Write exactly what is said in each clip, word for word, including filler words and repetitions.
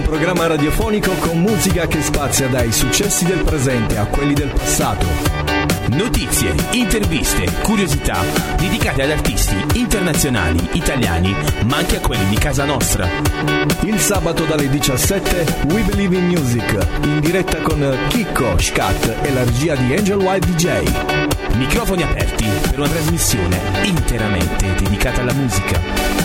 programma radiofonico con musica che spazia dai successi del presente a quelli del passato. Notizie, interviste, curiosità dedicate ad artisti internazionali, italiani, ma anche a quelli di casa nostra. Il sabato dalle diciassette We Believe in Music, in diretta con Chicco, Scat e la regia di Angel White D J. Microfoni aperti per una trasmissione interamente dedicata alla musica.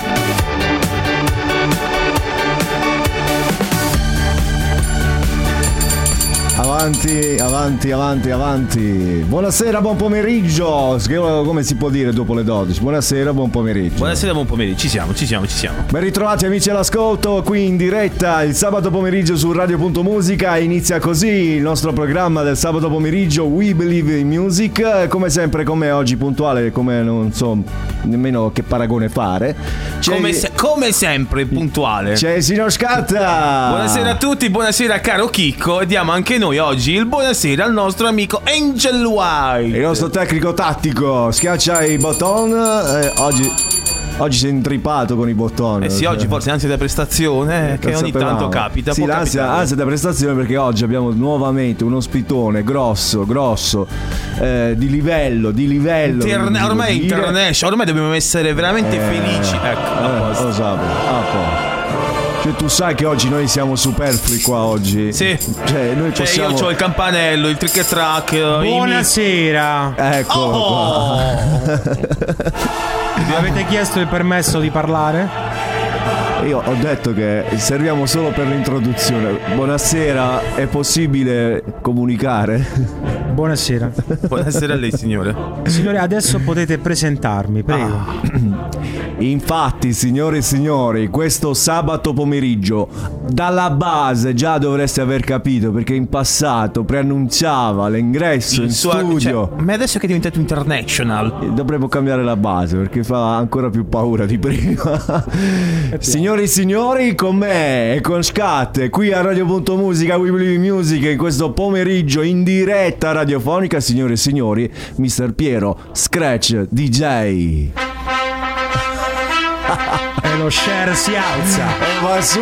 Avanti, avanti, avanti, avanti. Buonasera, buon pomeriggio. Come si può dire dopo le dodici? Buonasera, buon pomeriggio. Buonasera, buon pomeriggio. Ci siamo, ci siamo, ci siamo. Ben ritrovati amici all'ascolto, qui in diretta il sabato pomeriggio su Radio.Musica. Inizia così il nostro programma del sabato pomeriggio We Believe in Music. Come sempre, come oggi puntuale, come non so nemmeno che paragone fare. Come, se- come sempre puntuale. C'è il signor Scatta. Buonasera a tutti, buonasera caro Chicco. E diamo anche noi oggi il buonasera al nostro amico Angel White, il nostro tecnico tattico. Schiaccia i button. eh, Oggi Oggi sei intrippato con i bottoni. Eh sì, oggi forse ansia da prestazione, eh, che ogni sapevamo. tanto capita. Sì, l'ansia, ansia da prestazione, perché oggi abbiamo nuovamente un ospitone grosso, grosso, eh, di livello, di livello. Interne- ormai international, ormai dobbiamo essere veramente eh, felici. Ecco, eh, a posto. lo sapevo, a posto. Cioè, tu sai che oggi noi siamo superflui qua oggi. Sì. Cioè, noi Cioè, possiamo... io ho il campanello, il trick e track. Buonasera. Eccolo Oh! qua. Vi avete chiesto il permesso di parlare? Io ho detto che serviamo solo per l'introduzione. Buonasera, è possibile comunicare? Buonasera. Buonasera a lei, signore. Signore, adesso potete presentarmi, prego. Ah. Infatti, signore e signori, questo sabato pomeriggio dalla base già dovreste aver capito, perché in passato preannunciava l'ingresso Il in suo- studio. cioè, ma adesso che è diventato international. Dovremmo cambiare la base perché fa ancora più paura di prima. Signori e signori, con me e con Scat qui a Radio.Musica We Believe in Music, in questo pomeriggio in diretta radiofonica, signori e signori, mister Piero Scratch D J. E lo share si alza. E va su!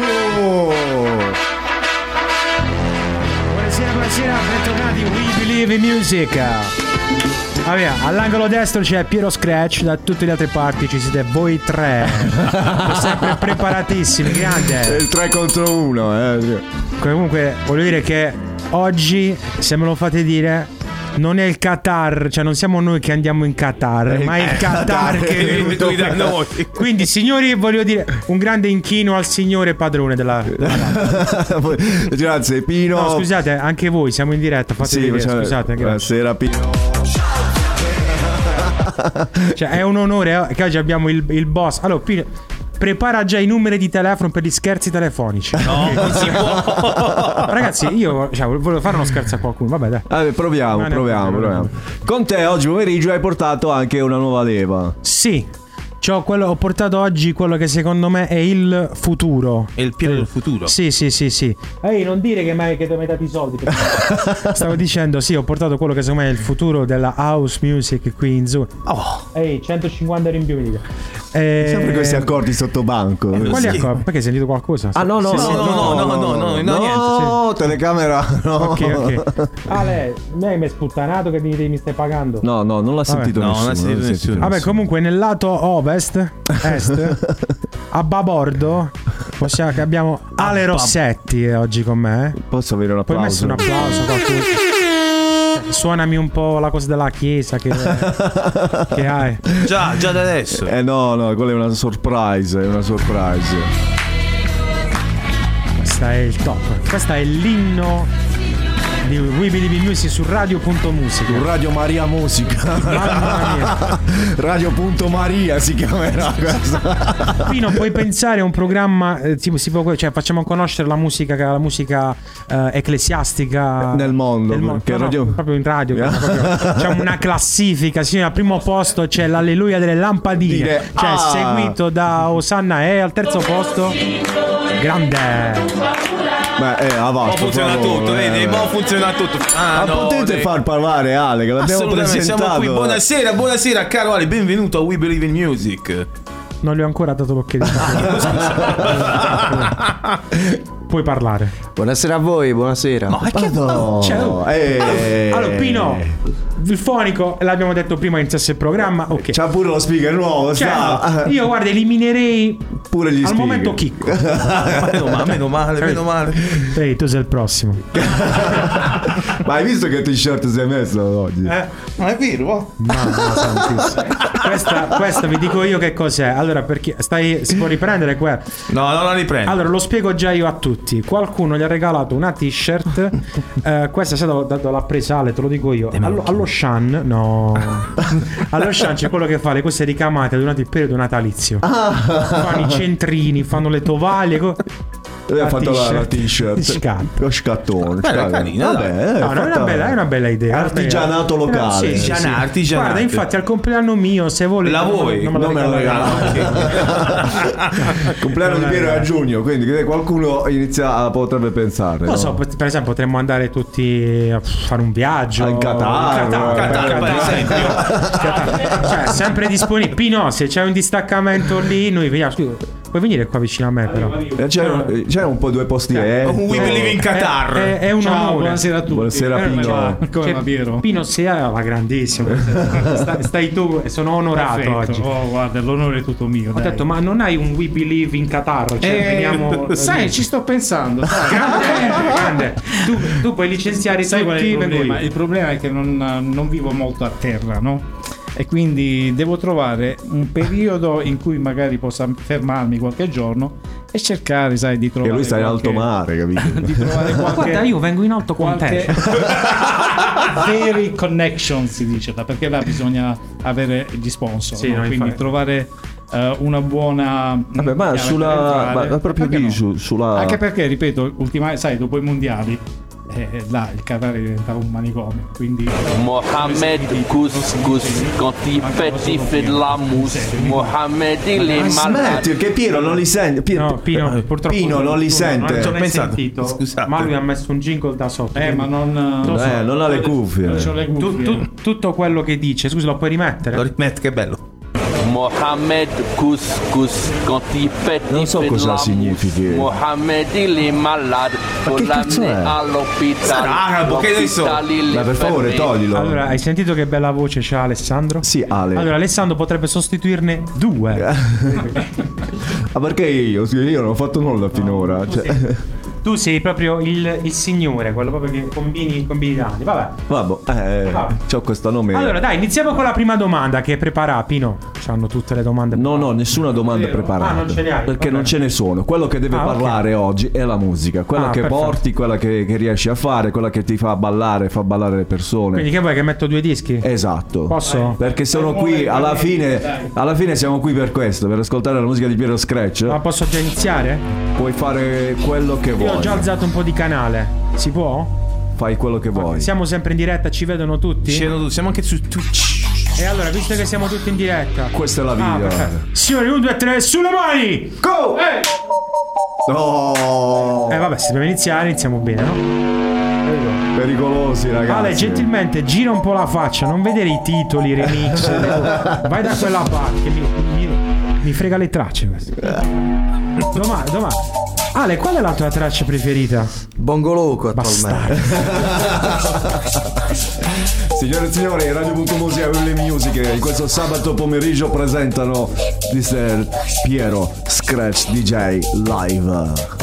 Buonasera, buonasera, bentornati We Believe in Music. Vabbè, all'angolo destro c'è Piero Scratch, da tutte le altre parti ci siete voi tre. Sempre preparatissimi, grande. Il tre contro uno, eh. Comunque, voglio dire che oggi, se me lo fate dire, non è il Qatar, cioè non siamo noi che andiamo in Qatar, ma è il Qatar che è venuto qui da noi. Quindi, signori, voglio dire un grande inchino al signore padrone della, della... Grazie Pino. No, scusate, anche voi siamo in diretta, fate Sì, vedere, facciamo... scusate, grazie. Buonasera Pino. Cioè è un onore eh, che oggi abbiamo il, il boss. Allora, Pino, prepara già i numeri di telefono per gli scherzi telefonici. No, non si può. Ragazzi, io cioè, volevo fare uno scherzo a qualcuno. Vabbè, dai. Vabbè, proviamo, No, no, proviamo, no, no, proviamo. no. Con te oggi pomeriggio hai portato anche una nuova leva. Sì. C'ho quello, ho portato oggi quello che secondo me è il futuro. È il Piero del futuro. Sì, sì, sì, sì. Ehi, non dire che mai che ti hai dato i soldi. Stavo dicendo, sì, ho portato quello che secondo me è il futuro della house music qui in Zoom. Oh, Ehi, centocinquanta euro in più mi dica. Eh, Sempre questi accordi sotto banco. Quali sì. accordi? Perché hai sentito qualcosa? Ah no no Sì, no, sì, no, no, no, no, no, no, no, no, niente, telecamera no. Ok, ok. Ale, mi hai sputtanato che mi, mi stai pagando? No, no, non l'ha Vabbè. sentito No, non nessuno. l'ha sentito l'ha nessuno. Vabbè, comunque nel lato ovest, est, a babordo, possiamo, che abbiamo Ale Rossetti eh, oggi con me. Posso avere un Poi messo applauso? un applauso qualcuno. Suonami un po' la cosa della chiesa che, che hai. già, già da adesso. Eh no, no, quella è una surprise, è una surprise. Questa è il top. Questa è l'inno di We Believe in Music su Radio.Musica. Su Radio Maria Musica. Mamma mia. Radio.Maria si chiamerà questa. Qui non puoi pensare a un programma eh, tipo, si può, cioè facciamo conoscere la musica, la musica eh, ecclesiastica Nel mondo, nel perché no, no, radio- proprio in radio. Proprio, c'è una classifica, sì, al primo posto c'è l'Alleluia delle lampadine, Dire, cioè ah. seguito da Osanna e al terzo posto grande. Beh, eh, avanti. Mo funziona tutto, vedi? Mo funziona tutto. Ah, Ma no, potete dai. far parlare Ale, che l'abbiamo Assolutamente, presentato. siamo qui. Buonasera, buonasera caro Ale, benvenuto a We Believe in Music. Non gli ho ancora dato l'occhietto. puoi parlare. Buonasera a voi, buonasera. Ma che No. Cioè, oh. Eh. Allora, Pino, il fonico, l'abbiamo detto prima iniziasse il programma. Ok. C'ha pure lo speaker nuovo, Cioè, sta. io guarda, eliminerei Pure gli al speaker. momento Chicco. meno male, meno male, meno male. Ehi, tu sei il prossimo. Ma hai visto che t-shirt si è messo oggi? Eh? Ma è vero? Mamma santissima. Questa, questa vi dico io che cos'è. Allora, perché stai, si può riprendere qua? No, no, la riprendo. Allora, lo spiego già io a tutti. Qualcuno gli ha regalato una t-shirt. eh, questa è stata da- dalla Presale, te lo dico io. Allo, allo Shan, no. Allo Shan c'è quello che fa le cose ricamate durante il periodo natalizio. Fanno i centrini, fanno le tovaglie. co- Lui ha la fatto la, la t-shirt. t-shirt. Scatto. Lo scattone. Bella, scatto. carina, Vabbè, dai. eh, No, no, è una fatta- bella, è una bella idea. Artigianato Eh, locale. sì, sì, sì. Artigianato, artigianato. Guarda, infatti al compleanno mio, se vuole La non- vuoi? non me la Non me la regalare. Il compleanno di Piero è a giugno, quindi che qualcuno inizia potrebbe pensare. Non no? so, pot- per esempio potremmo andare tutti a fare un viaggio In Qatar, In Qatar, Qatar, per esempio. Qatar. Cioè, sempre disponibile. Pino, se c'è un distaccamento lì, noi veniamo. Scusa, puoi venire qua vicino a me, però. Eh, C'era, c'era un po' due posti. Eh. Un We Believe in Qatar. È, è un Ciao, onore. buonasera a tutti. Buonasera, Eh, Pino. cioè, Come cioè, va, Piero? Pino, sei alla grandissima. Stai, stai tu e sono onorato Perfetto. oggi. Oh, guarda, l'onore è tutto mio. Ho dai. detto, ma non hai un We Believe in Qatar? Cioè, Eh, veniamo. sai, ci sto pensando. Sai, Grande, grande. Tu, tu puoi licenziare sai qual è il tutti, vengo problema? io. Il problema è che non, non vivo molto a terra, no? E quindi devo trovare un periodo in cui magari possa fermarmi qualche giorno e cercare, sai, di Che trovare. lui sta in qualche- alto mare, capito? Di trovare qualche. Guarda, io vengo in alto con qualche te. very connection si dice là, perché là bisogna avere gli sponsor, Sì, no? no, Quindi infatti. trovare eh, una buona Vabbè, ma chiave sulla. per entrare. Ma, ma proprio Perché lì, no? su- sulla. Anche perché, ripeto, ultima, sai, dopo i mondiali eh, là il Qatar diventava un manicomio, quindi Mohamed Couscous quand il pète il fait de la mousse. Mohamed il Ma est malade. smetti, perché Piero non li sente. Piero, No, Pino, purtroppo Pino tu- non li tu sente. Non Ci ho l'hai pensato. sentito, Scusate. ma lui ha messo un jingle da sotto. eh, ma non Lo so. Eh, non ha le cuffie. non c'ho le Tu- cuffie. tu- tutto quello che dice, scusa, lo puoi rimettere? Lo rimetto, che bello. Mohamed Couscous quand il pète Non il so fait de cosa la significhi. mousse. Mohamed il est malade. Faut che cazzo l'amener è? all'hôpital. Sarà arabo, che ne so. L'hôpital, il Ma per est favore, fermé. toglilo. Allora, hai sentito che bella voce c'ha Alessandro? Sì, Ale. Allora, Alessandro potrebbe sostituirne due. Ma perché io? Sì, io non ho fatto nulla finora. Cioè, Tu sei proprio il, il signore, quello proprio che combini, combini danni. Vabbè. vabbè, eh, Vabbè. c'ho questo nome. Allora, dai, iniziamo con la prima domanda che prepara Pino. C'hanno tutte le domande. No, no, nessuna domanda Vero? preparata. Ah, non ce ne hai? Perché Va non bene. ce ne sono. Quello che deve Ah, ok. parlare oggi è la musica. Quella Ah, che perfetto. porti, quella che, che riesci a fare, quella che ti fa ballare, fa ballare le persone. Quindi che vuoi che metto due dischi? Esatto. Posso? Perché sono qui alla fine. Alla fine siamo qui per questo, per ascoltare la musica di Piero Scratch. Ma posso già iniziare? Puoi fare quello che Io vuoi. ho già alzato un po' di canale. Si può? Fai quello che vuoi. Siamo sempre in diretta, ci vedono tutti? Siamo tutti- siamo anche su Twitch. E allora, visto che siamo tutti in diretta. Questa è la Ah, vita. perfetto. Signori, uno, due, tre, sulle mani! Go! No! Eh vabbè, se dobbiamo iniziare, iniziamo bene, no? Pericolosi, ragazzi. Ale, gentilmente gira un po' la faccia, non vedere i titoli, i remix. le cose. Vai da quella parte, che mi, mi, mi frega le tracce questo. Domani, domani. Ale, qual è la tua traccia preferita? Bongo Loco attualmente. Signore e signori, Radio Punto Musica e Willy Music in questo sabato pomeriggio presentano mister Piero Scratch D J Live.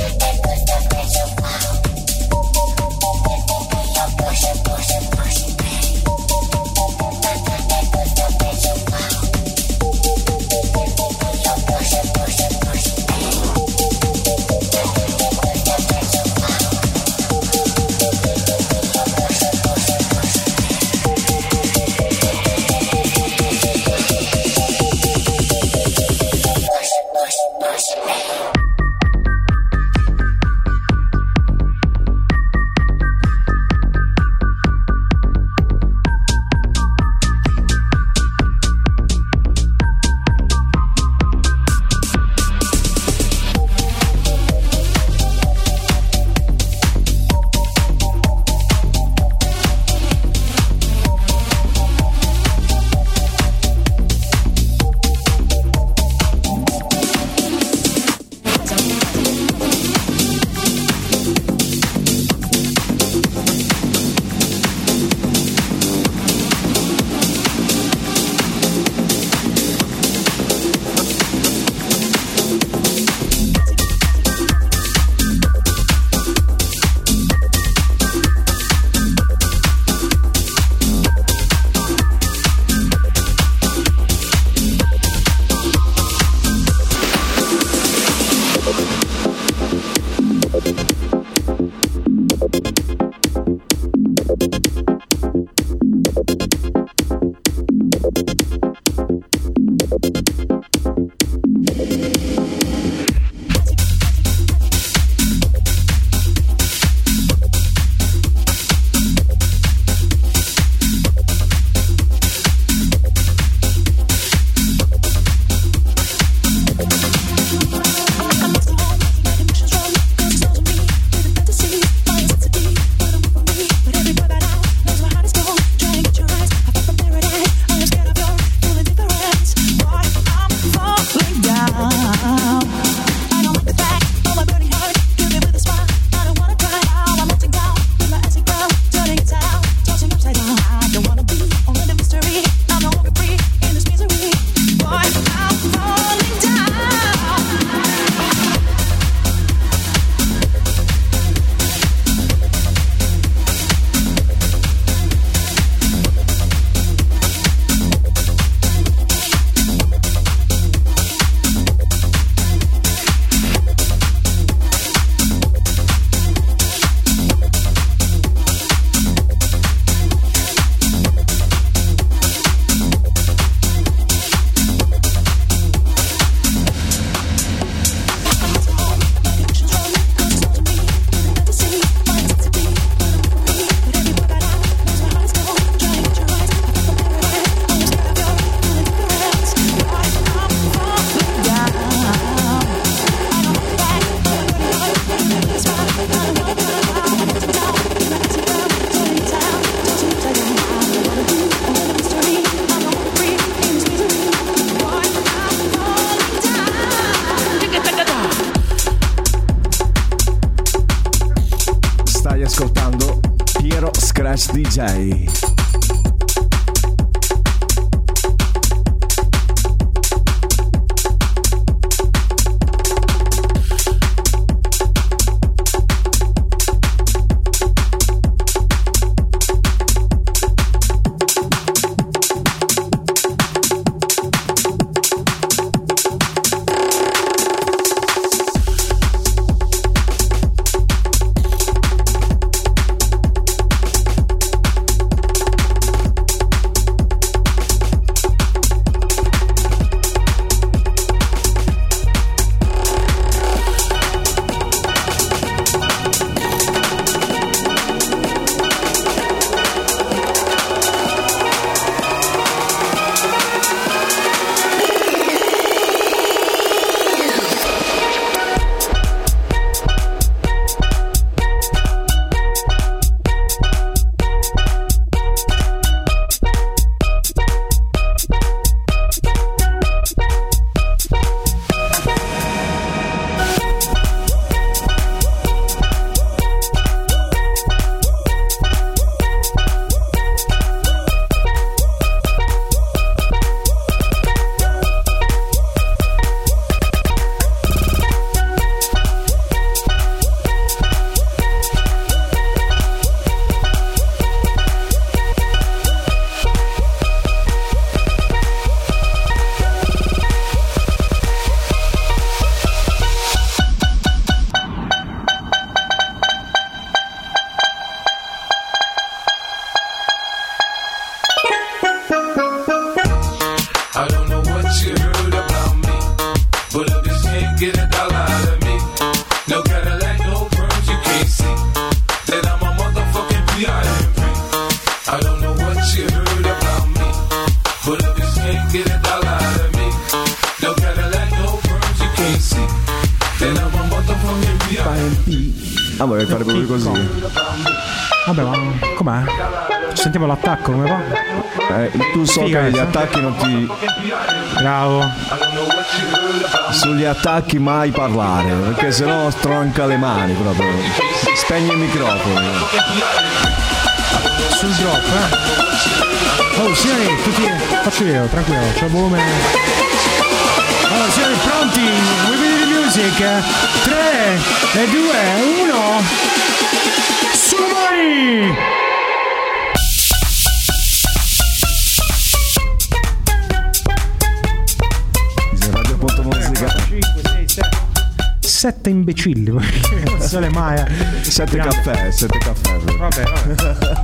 Scratch D J. Ah, vorrei fare proprio così. Vabbè, ma com'è? Sentiamo l'attacco, come va? Eh, tu so Figa, che gli eh? attacchi non ti. Bravo. Sugli attacchi mai parlare, perché sennò stronca le mani proprio. Spegni il microfono. Sul drop, eh? Oh, signori, tutti. Faccio io, tranquillo, c'ho il volume. Allora, signori, pronti? We Believe Music. tre, due, uno. Sulle mani! Radio.musica. cinque, sei, sette. Sette imbecilli, non so le mai. Sette caffè, sette caffè. Vabbè, vabbè.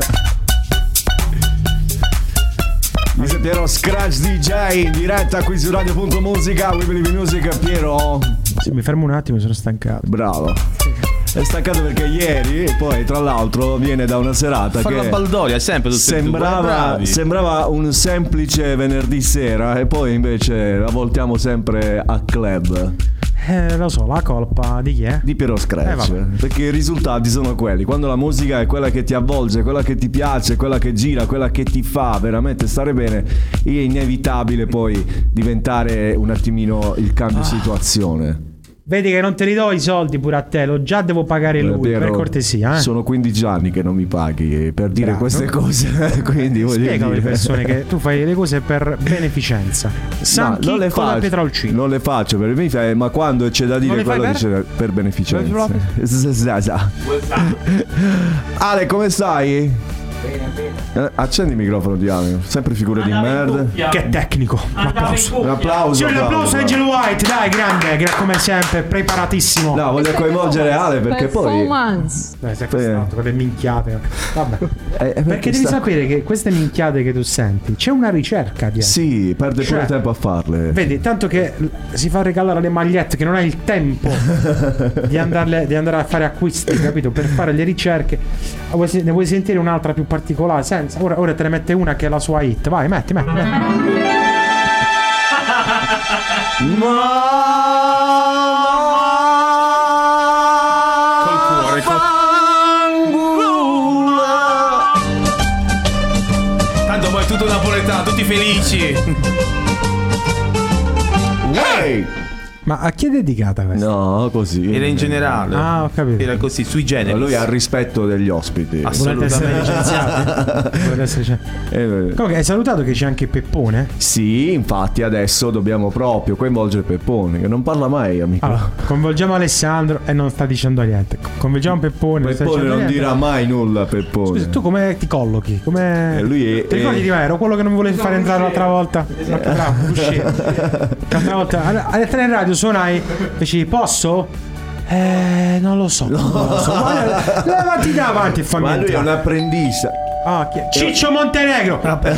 Mi sentiamo Scratch D J in diretta qui su Radio.musica, We Believe Music. Piero. Sì, mi fermo un attimo, sono stancato. Bravo. È staccato perché ieri, poi tra l'altro viene da una serata Fa che la baldoria sempre tutti e due, sembrava, bravi. sembrava un semplice venerdì sera e poi invece la voltiamo sempre a club. Eh, lo so, la colpa di chi è? Di Piero Eh, Scratch, vabbè. perché i risultati sono quelli. Quando la musica è quella che ti avvolge, quella che ti piace, quella che gira, quella che ti fa veramente stare bene, è inevitabile poi diventare un attimino il cambio Ah. situazione. Vedi che non te li do i soldi pure a te, lo già devo pagare lui, Piero, per cortesia, eh? sono quindici anni che non mi paghi per dire Bravo. queste cose. Quindi voglio Spiega alle dire, persone che tu fai le cose per beneficenza. San No, non le Chicco da faccio, Pietrolcino. non le faccio per beneficenza, ma quando c'è da dire le fai quello per? dice per beneficenza. Per- Sa, sa. Ale, come stai? Eh, accendi il microfono, Diamo. Sempre figure di merda. Che tecnico. Un applauso. Un applauso. Sì, un applauso a bravo, Angel White, dai, grande, gra- come sempre, preparatissimo. No, voglio coinvolgere Ale perché poi Performance. Dai, sei frustrato con le minchiate. Vabbè. eh, eh, Perché devi sta- sapere che queste minchiate che tu senti, c'è una ricerca dietro. Sì, perde pure Cioè, tempo a farle. Vedi, tanto che si fa regalare le magliette, che non hai il tempo di, andarle, di andare a fare acquisti, capito? Per fare le ricerche. Vuoi se- Ne vuoi sentire un'altra più particolare? Senza. Ora, ora te ne mette una che è la sua hit. Vai, metti, metti, metti. Col cuore, col... Tanto poi è tutto napoletano, tutti felici. Hey! Ma a chi è dedicata questa? No, così. Era in generale. Ah, ho capito. Era così, sui generis. Ma lui ha il rispetto degli ospiti. Volete essere licenziati? Volete essere Eh, Comunque hai salutato che c'è anche Peppone? Sì, infatti adesso dobbiamo proprio coinvolgere Peppone, che non parla mai, amico. Allora, coinvolgiamo Alessandro e non sta dicendo niente. Coinvolgiamo Peppone. non sta Peppone dicendo non niente. dirà mai nulla, Peppone. Scusa, tu come ti collochi? Come... Eh, lui è- Ti ricordi è- di me? Ero quello che non mi volevi fare entrare l'altra volta. Ma che bravo, uscire. L'altra volta alle tre in radio suonai, dici posso? Eh, non lo so. Non lo so. Ma- Levati davanti e fammi Ma lui è entrare. un apprendista. Ah, chi è? Ciccio Montenegro.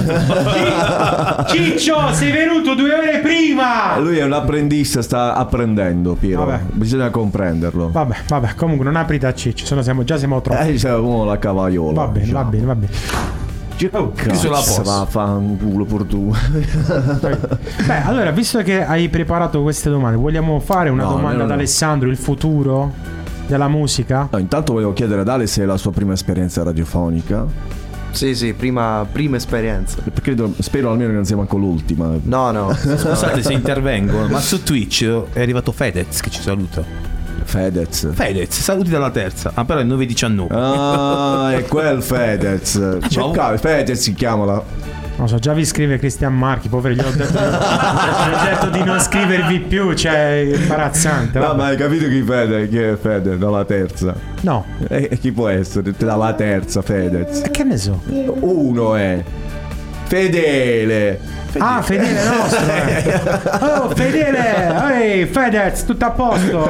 Ci- Ciccio, sei venuto due ore prima. Lui è un apprendista, sta apprendendo, Piero. Vabbè. Bisogna comprenderlo. Vabbè, vabbè, comunque non aprite a Ciccio, se no siamo, già siamo troppi. Eh, c'è uno la cavaiola. Va bene, va diciamo. bene, va bene. Oh, Cazzo, la posso. va a fa un culo per tu. Beh, allora, visto che hai preparato queste domande, vogliamo fare una No, domanda no, no. ad Alessandro, il futuro della musica? No, intanto volevo chiedere ad Ale se è la sua prima esperienza radiofonica. Sì, sì, prima, prima esperienza. Credo, spero almeno che non sia manco l'ultima. No, no. Scusate se intervengo, ma su Twitch è arrivato Fedez che ci saluta. Fedez. Fedez, saluti dalla terza. Ah, però è nove diciannove. Ah, è quel Fedez. Cercare, Fedez si chiama la. Non so, già vi scrive Cristian Marchi, poveri, gli ho detto, gli ho detto di non scrivervi più, cioè è imbarazzante. No, vabbè. ma hai capito chi Fede? Chi è Fede? Dalla terza. No, E e chi può essere? Dalla terza, Fedez. e che ne so? Uno è Fedele. Ah, Fedele nostro. eh. Oh, Fedele! Ehi, Fedez, tutto a posto?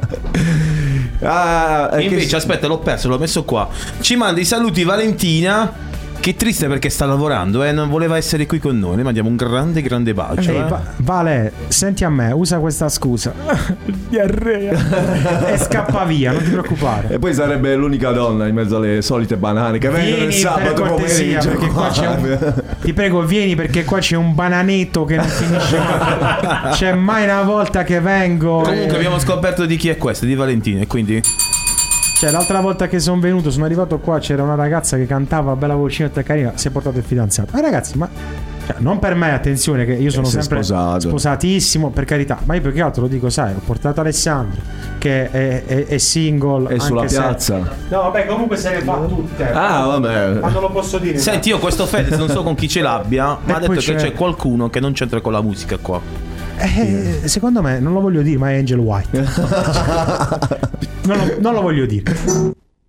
Ah, E e invece, che- aspetta, l'ho perso, l'ho messo qua. Ci manda i saluti Valentina. Che triste perché sta lavorando e eh? non voleva essere qui con noi. Le mandiamo un grande, grande bacio. Ehi, eh. Va- Vale, senti a me, usa questa scusa. Diarrea. E scappa via, non ti preoccupare. E poi sarebbe l'unica donna in mezzo alle solite banane che vengono il Vieni per sabato cortesia, pomeriggio. perché qua c'è un... Ti prego, vieni perché qua c'è un bananetto che non finisce mai. C'è mai una volta che vengo. Comunque e- abbiamo scoperto di chi è questo, di Valentina. E quindi Cioè, l'altra volta che sono venuto, sono arrivato qua, c'era una ragazza che cantava bella vocinetta e carina, si è portato il fidanzato. Ma ragazzi, ma cioè, non per me, attenzione, che io sono sei sempre sposato. sposatissimo, per carità. Ma io più che altro lo dico, sai, ho portato Alessandro, che è, è- è single. È sulla anche se- piazza. No, vabbè, comunque se ne fa tutte. Ah, vabbè. Ma non lo posso dire. senti, io questo Fedez non so con chi ce l'abbia, ma E ha detto poi che c'è- c'è qualcuno che non c'entra con la musica qua. Eh, secondo me, non lo voglio dire, ma è Angel White. non, lo, non lo voglio dire.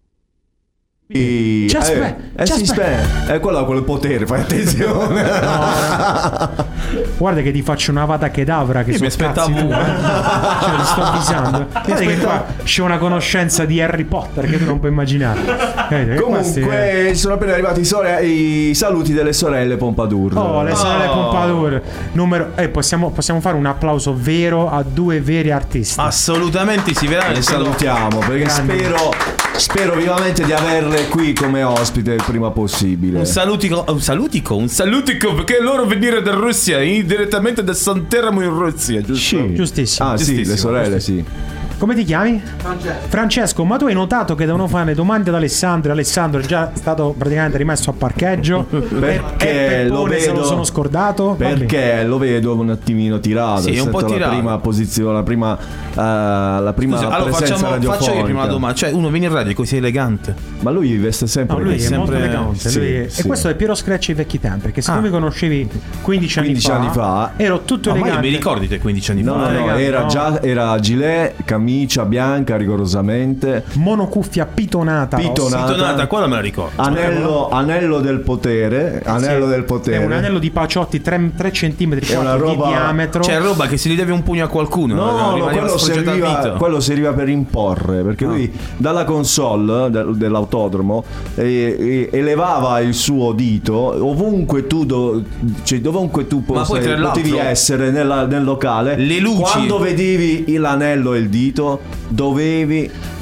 E- Ci aspe- eh, eh, ci si aspe- spe- È quello ha quel potere, fai attenzione. Guarda che ti faccio una vada kedavra che Io mi sono aspettavo- cazzi tu, eh. Cioè, ti sto avvisando. Guarda che qua c'è una conoscenza di Harry Potter che tu non puoi immaginare. Capito? Che qua sti- Comunque sono appena arrivati i, sore- i saluti delle sorelle Pompadour. Oh, le sorelle Oh. Pompadour. Numero. Eh, possiamo, possiamo fare un applauso vero a due veri artisti. Assolutamente sì, veramente. Le salutiamo perché Grandi. spero, spero vivamente di averle qui come ospite il prima possibile. Un salutico, un salutico, un salutico perché loro venire da Russia, eh, direttamente da Santeramo in Russia, giusto? Sì. Giustissimo. Ah, sì, Giustissimo, le sorelle, sì. Come ti chiami? Francesco. Francesco, ma tu hai notato che devono fare le domande ad Alessandro? Alessandro è già stato praticamente rimesso a parcheggio. Perché e lo Peppone se vedo- lo sono scordato. Va bene. Perché lo vedo un attimino tirato. Sì, un po' essendo tirato. la prima posizione, la prima, eh, la prima Scusa, allora presenza facciamo, radiofonica. faccio io prima la domanda. Cioè, uno viene in radio così elegante. Ma lui veste sempre No, lui è così. molto sempre- elegante. sì, lui è- sì. E questo è Piero Scratch ai vecchi tempi. Perché se Ah. tu mi conoscevi quindici anni quindici fa, anni fa. ero tutto No, ma io elegante. mi ricordi te quindici anni No, fa? no, no, elegante, era no. già era gilet, camicia bianca rigorosamente, Monocuffia pitonata. rossa. Pitonata. Pitonata, quella me la ricordo. anello, anello del potere, anello Sì. del potere. È un anello di Paciotti tre centimetri È una di roba- diametro. C'è roba che se li devi un pugno a qualcuno. No, no, rimaneva quello sfoggiata al serviva, dito. quello serviva per imporre, perché Ah. lui dalla console del- dell'autodromo eh, eh, elevava il suo dito ovunque tu, do- cioè, dovunque tu Ma possa- poi tra l'altro- potevi essere nella- nel locale. Le luci. Quando vedevi l'anello e il dito, dovevi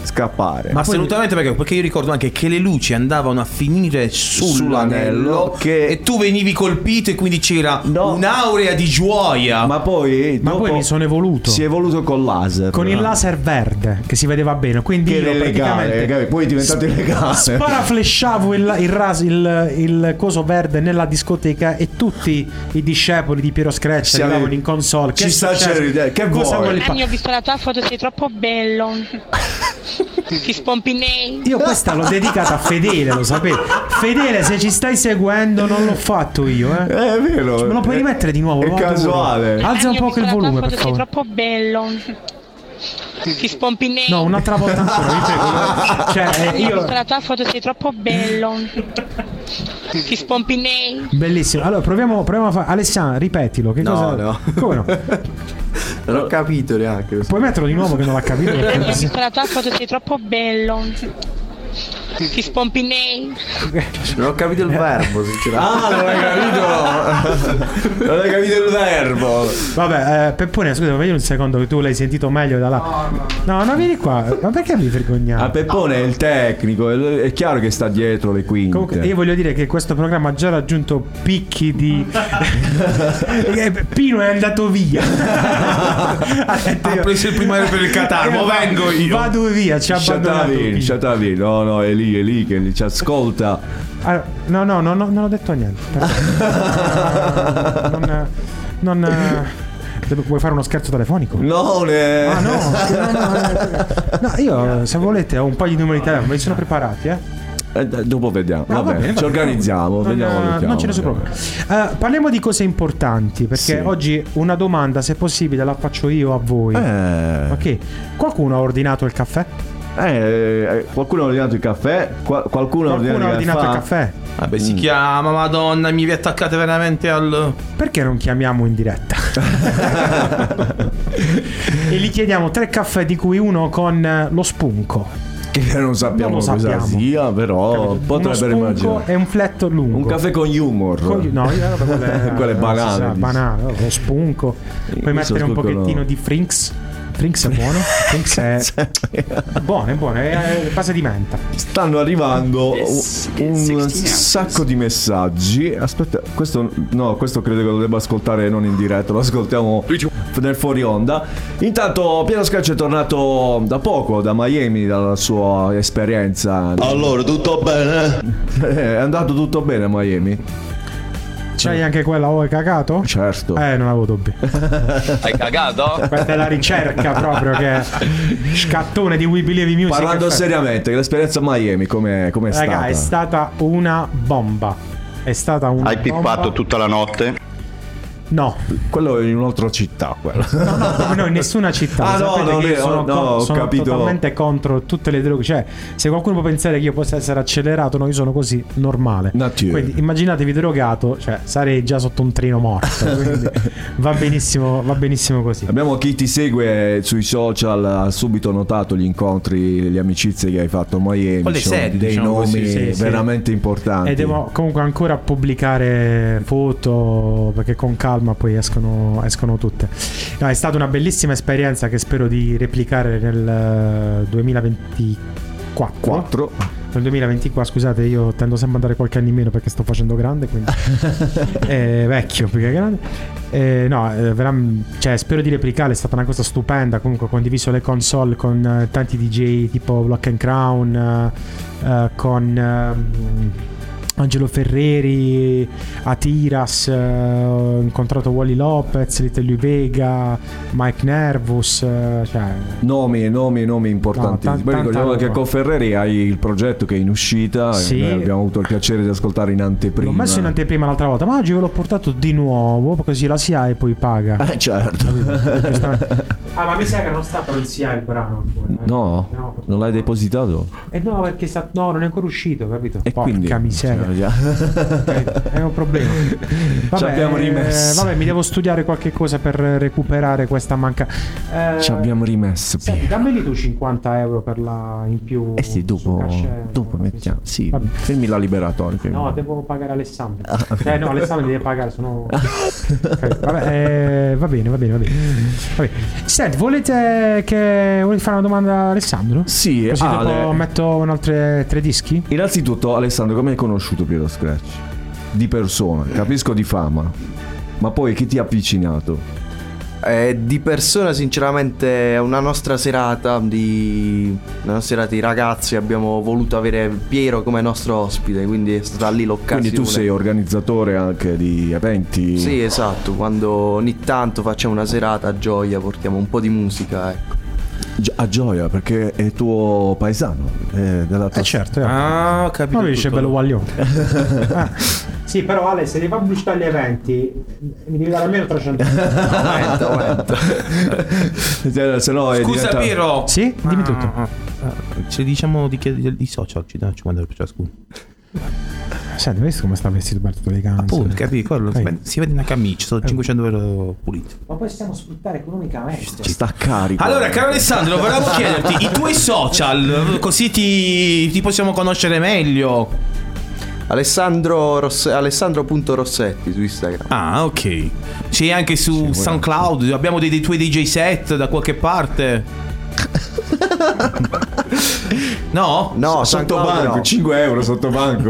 scappare. Ma assolutamente, perché, perché io ricordo anche che le luci andavano a finire sull'anello, Sull'anello, che- e tu venivi colpito e quindi c'era No. un'aurea di gioia. Ma poi Ma dopo poi mi sono evoluto si è evoluto col laser. con il laser verde che si vedeva bene, quindi che io era illegale, praticamente poi è diventato illegale. sparaflesciavo il, il, ras- il, il coso verde nella discoteca e tutti i discepoli di Piero Scratch Sì, arrivavano ave- in console. ci Che è sta successo? Cherry, che Cosa vuoi? vuoi fa- Anni, ho visto la tua foto, sei troppo bello. Ti spompinei. Io questa l'ho dedicata a Fedele, lo sapete. Fedele, se ci stai seguendo, non l'ho fatto io, eh. Eh, è vero. Me lo puoi È- rimettere di nuovo? È Lo adoro. casuale. Alza un Anni, ho po' visto il la tua volume, per foto, sei favore. troppo bello. Ti spompinei. No, un'altra volta ancora, vi prego. Cioè, eh, Ho visto io... la tua foto, sei troppo bello. Ti spompinei. Bellissimo. Allora, proviamo, proviamo a fare... Alessandro, ripetilo. Che No, cosa... no. Come no? Non ho capito neanche. Puoi metterlo di nuovo che non l'ha capito? Anni, ho Perché... visto la tua foto, sei troppo bello. Ti spompinei. Non ho capito il verbo, sinceramente. Ah, non hai capito. Non hai capito il verbo. Vabbè, eh, Peppone, scusa, vedi un secondo che tu l'hai sentito meglio da là. No, no, vieni qua. Ma perché mi vergognate? A Peppone è il tecnico, è è chiaro che sta dietro le quinte. Comunque, io voglio dire che questo programma ha già raggiunto picchi di. Eh, Pino è andato via. Ha detto, Ha io- preso il primo aereo per il Qatar, mo vengo io. Vado via, ci ha abbandonato. Shatavi, Pino. Shatavi, no, no, è lì, è lì che ci ascolta. Allora, no, no, no, no, non ho detto niente. Perché- non. non eh, vuoi fare uno scherzo telefonico? Non è... Ah no, no, no, eh, no, io se volete ho un paio di numeri di telefono, me li sono preparati, eh. Eh, d- dopo vediamo. No, va Vabbè, bene, va ci bene. organizziamo. Non, vediamo, eh, vediamo, non ce ne sono vediamo. problemi. Eh, parliamo di cose importanti, perché Sì. oggi una domanda, se possibile, la faccio io a voi. Eh, Ok, qualcuno ha ordinato il caffè? eh, qualcuno ha ordinato il caffè, qua- qualcuno, Qualcuno ha ordinato il caffè? Vabbè, si chiama Madonna, mi vi attaccate veramente al... Perché non chiamiamo in diretta? E gli chiediamo tre caffè, di cui uno con eh, lo spunco. Che non sappiamo Non lo cosa sappiamo. sia, però Uno potrebbero spunco immaginare. e un fletto lungo. Un caffè con humor. Con- no, io vabbè, quello è, Quello è banale, si sa, dici. banale, lo spunco. Puoi Questo mettere un spunco pochettino no. di Frinks. Frinks è buono. Frinks è buono, è buono, è, è base di menta. Stanno arrivando un, un sacco di messaggi. Aspetta, questo no, questo credo che lo debba ascoltare non in diretta, lo ascoltiamo nel fuori onda. Intanto Piero Scratch è tornato da poco da Miami, dalla sua esperienza. Allora, tutto bene? È andato tutto bene a Miami? C'hai anche quella, oh, hai cagato? Certo. Eh, non avevo dubbi. Hai cagato? Questa è la ricerca proprio che scattone di We Believe in Music. Parlando che fa- seriamente, l'esperienza a Miami com'è, com'è Raga, stata? è stata una bomba. È stata una Hai bomba. pippato tutta la notte? No, Quello è in un'altra città, quello. no, no, come no, in nessuna città. Ah, no, Sapete non che io è- sono, no, con- ho sono capito. totalmente contro tutte le droghe. Cioè, se qualcuno può pensare che io possa essere accelerato, no, io sono così normale. Nature. Quindi immaginatevi drogato, cioè sarei già sotto un treno morto. Quindi va benissimo, va benissimo così. Abbiamo chi ti segue sui social, ha subito notato gli incontri, le amicizie che hai fatto a Miami. Con le ci sono sedi, dei diciamo nomi così. Sì, sì. veramente importanti. E devo comunque ancora pubblicare foto perché con calma poi escono, escono tutte. No, è stata una bellissima esperienza che spero di replicare nel eh, duemilaventiquattro. Quattro. Nel duemilaventiquattro, scusate, io tendo sempre ad andare qualche anno in meno perché sto facendo grande, quindi eh, vecchio più che grande. Eh, no, eh, veram- cioè, spero di replicare, è stata una cosa stupenda. Comunque ho condiviso le console con eh, tanti D J tipo Block and Crown, eh, eh, con ehm, Angelo Ferreri, Atiras, eh, ho incontrato Wally Lopez, Little Louis Vega, Mike Nervous, eh, cioè Nomi e nomi e nomi importantissimi. No, tan- Poi ricordiamo tanta che roba. con Ferreri hai il progetto che è in uscita. Sì. Noi abbiamo avuto il piacere di ascoltare in anteprima. l'ho messo in anteprima l'altra volta, ma oggi ve l'ho portato di nuovo, così la S I A E poi paga. Eh, certo. Ah, ma mi sa che non sta per il S I A E il brano ancora, eh. No, No. non l'hai depositato? Eh no, perché sta... no, non è ancora uscito, capito? E Porca quindi? miseria. già. È un problema. Vabbè, Ci abbiamo rimesso. Eh, vabbè, mi devo studiare qualche cosa per recuperare questa manca. Eh, Ci abbiamo rimesso. Senti, dammeli tu cinquanta euro per la in più. Eh sì, dopo, dopo mettiamo. Sì, Vabbè. fermi la liberatoria. No, devo pagare Alessandro. Eh no, Alessandro deve pagare, sono. Okay, vabbè, eh, va bene, va bene, va bene. Va bene. Senti, volete che volete fare una domanda a Alessandro? Sì, Così Ale. dopo metto un altre tre dischi? Innanzitutto, Alessandro, come hai conosciuto Piero Scratch? Di persona, capisco di fama, ma poi chi ti ha avvicinato? Eh, di persona, sinceramente, è una nostra serata di una nostra serata di ragazzi. Abbiamo voluto avere Piero come nostro ospite, quindi è stata lì l'occasione. Quindi tu sei organizzatore anche di eventi? Sì, esatto. Quando ogni tanto facciamo una serata a Gioia, portiamo un po' di musica, ecco. Gi- A Gioia, perché è tuo paesano, è della tua... Eh certo, eh. Ah, ho capito. Ma dice tutto. bello guaglione. Ah. Sì, però Ale, se devi fare pubblicità agli eventi, mi devi dare almeno trecento euro. Aumenta, aumenta. Se no è Scusa, diventa- Piero. Sì, dimmi tutto. Ah, ah, ah. Se diciamo di, di, di social, ci dà cinquanta euro per ciascuno. Senti, vedi come sta vestito per tutte le canze? Appunto, capito? Quello si Ehi. vede- si vede una camicia, sono cinquecento euro puliti. Ma poi stiamo sfruttare economicamente. Sta carico. Allora, caro Alessandro, volevamo chiederti i tuoi social, così ti, ti possiamo conoscere meglio. Alessandro Rosse- Alessandro.Rossetti su Instagram. Ah, ok. C'è anche su SoundCloud, abbiamo dei, dei tuoi D J set da qualche parte. No? No, Sotto SoundCloud banco, no. cinque euro sotto banco.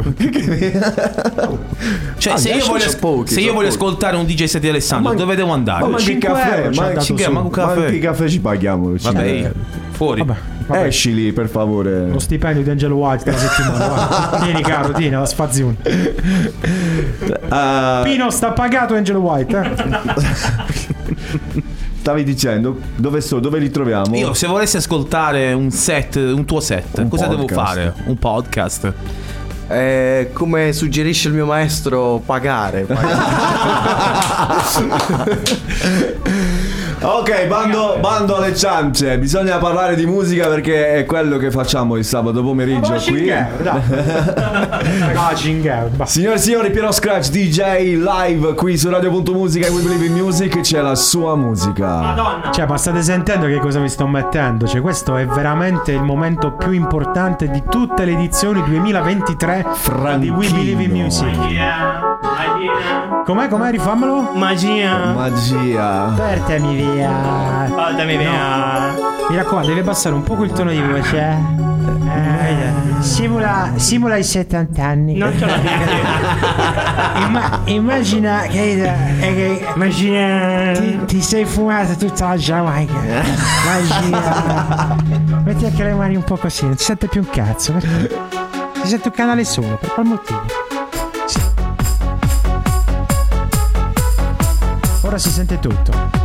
Cioè, Ah, se io adesso voglio, sono as- pochi, se io sono voglio pochi. ascoltare un D J set di Alessandro, Ma man- dove devo andare? Ma manchi il cinque caffè, euro ci ha ma dato cinque su. euro, manco un caffè. Manchi il caffè ci paghiamo. Vabbè, fuori. Vabbè, vabbè. Esci lì, per favore. Lo stipendio di Angelo White della settimana. Guarda. Tieni caro, tieni la spazione. Ah, Pino sta pagato Angelo White, eh? stavi dicendo dove so, dove li troviamo? Io se volessi ascoltare un set, un tuo set, Un cosa devo podcast. fare? Un podcast. Eh, come suggerisce il mio maestro, pagare, pagare. Ok, bando, bando alle ciance. Bisogna parlare di musica perché è quello che facciamo il sabato pomeriggio qui. Signore e signori, Piero Scratch D J live qui su Radio.Musica e We Believe in Music. C'è la sua musica. Cioè, ma state sentendo che cosa vi sto mettendo? Cioè, questo è veramente il momento più importante di tutte le edizioni duemilaventitré di We Believe in Music. Com'è, com'è? Rifammelo? Magia. Magia. Portami via. Portami via. Mi raccomando, devi abbassare un po' il tono di voce. Eh, simula, simula i settanta anni. Non ce l'abbiamo. Imma- immagina che, eh, che Magia. ti, ti sei fumata tutta la Giamaica. Magia. Metti anche le mani un po' così, non si sente più un cazzo. Perché? Si sente un canale solo, per qual motivo? Sì. Ora si sente tutto.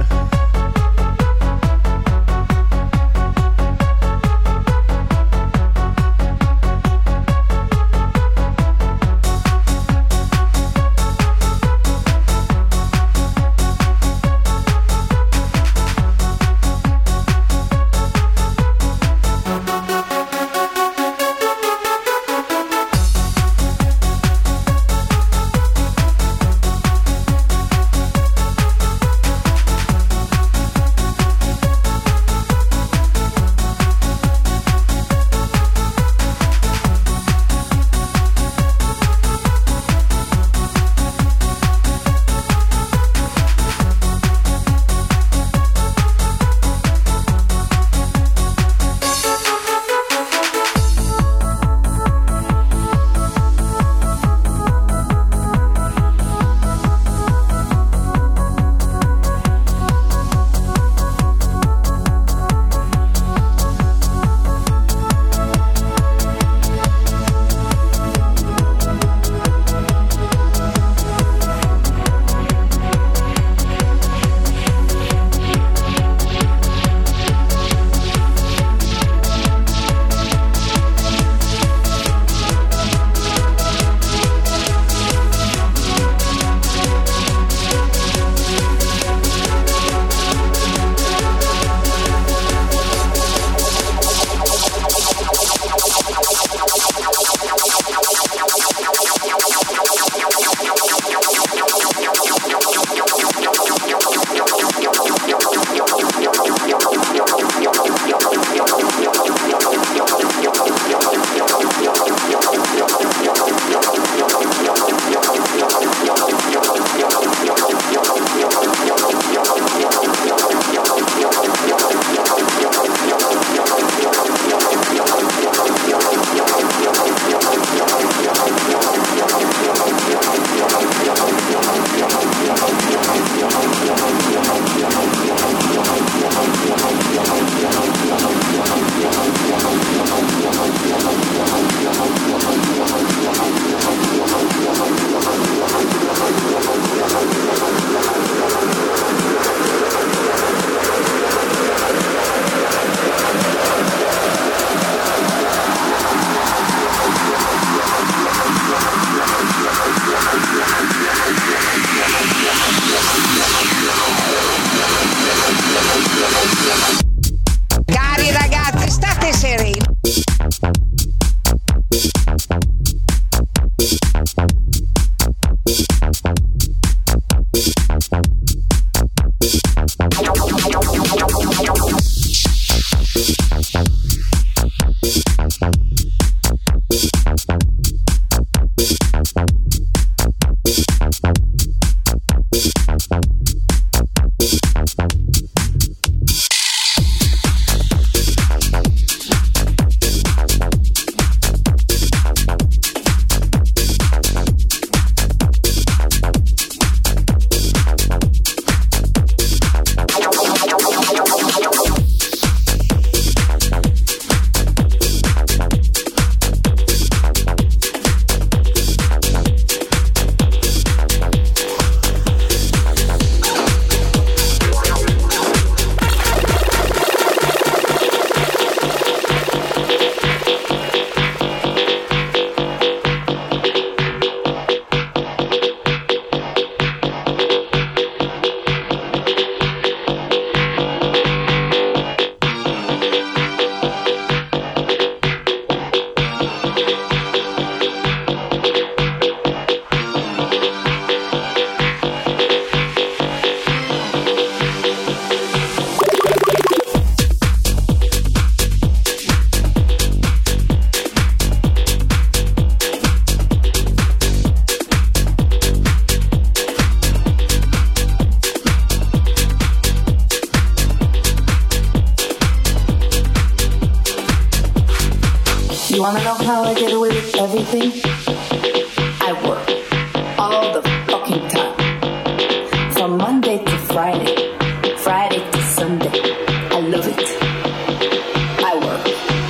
You wanna know how I get away with everything? I work all the fucking time. From Monday to Friday, Friday to Sunday. I love it. I work.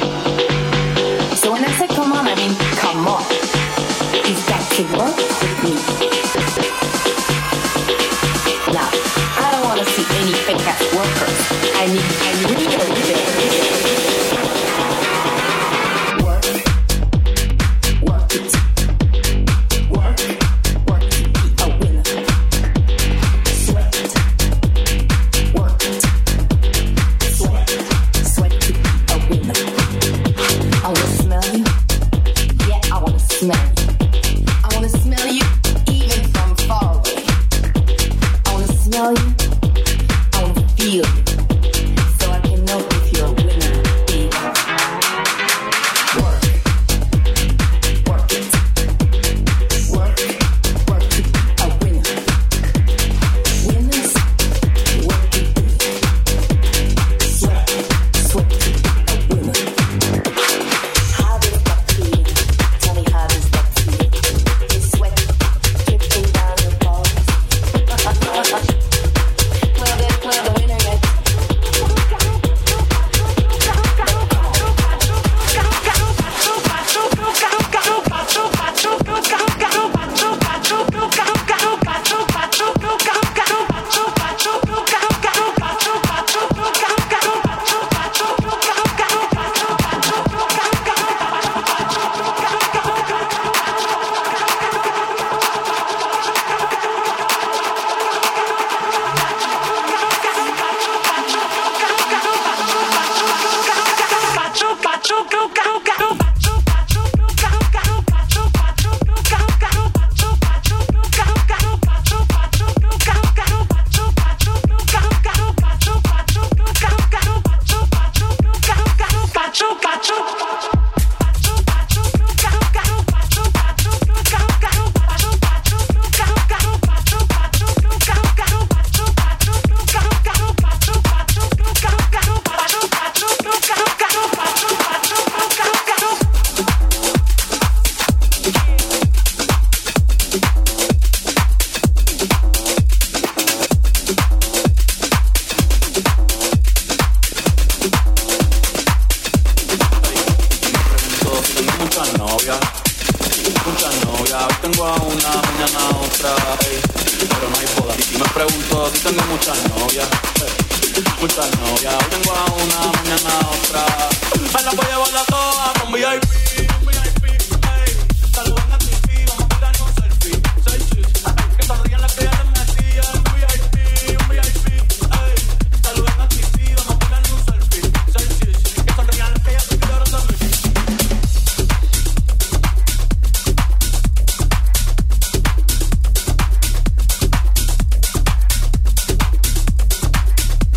So when I say come on, I mean come on. You've got to work with me. Now, I don't wanna see any fake ass workers. I need, I need real things.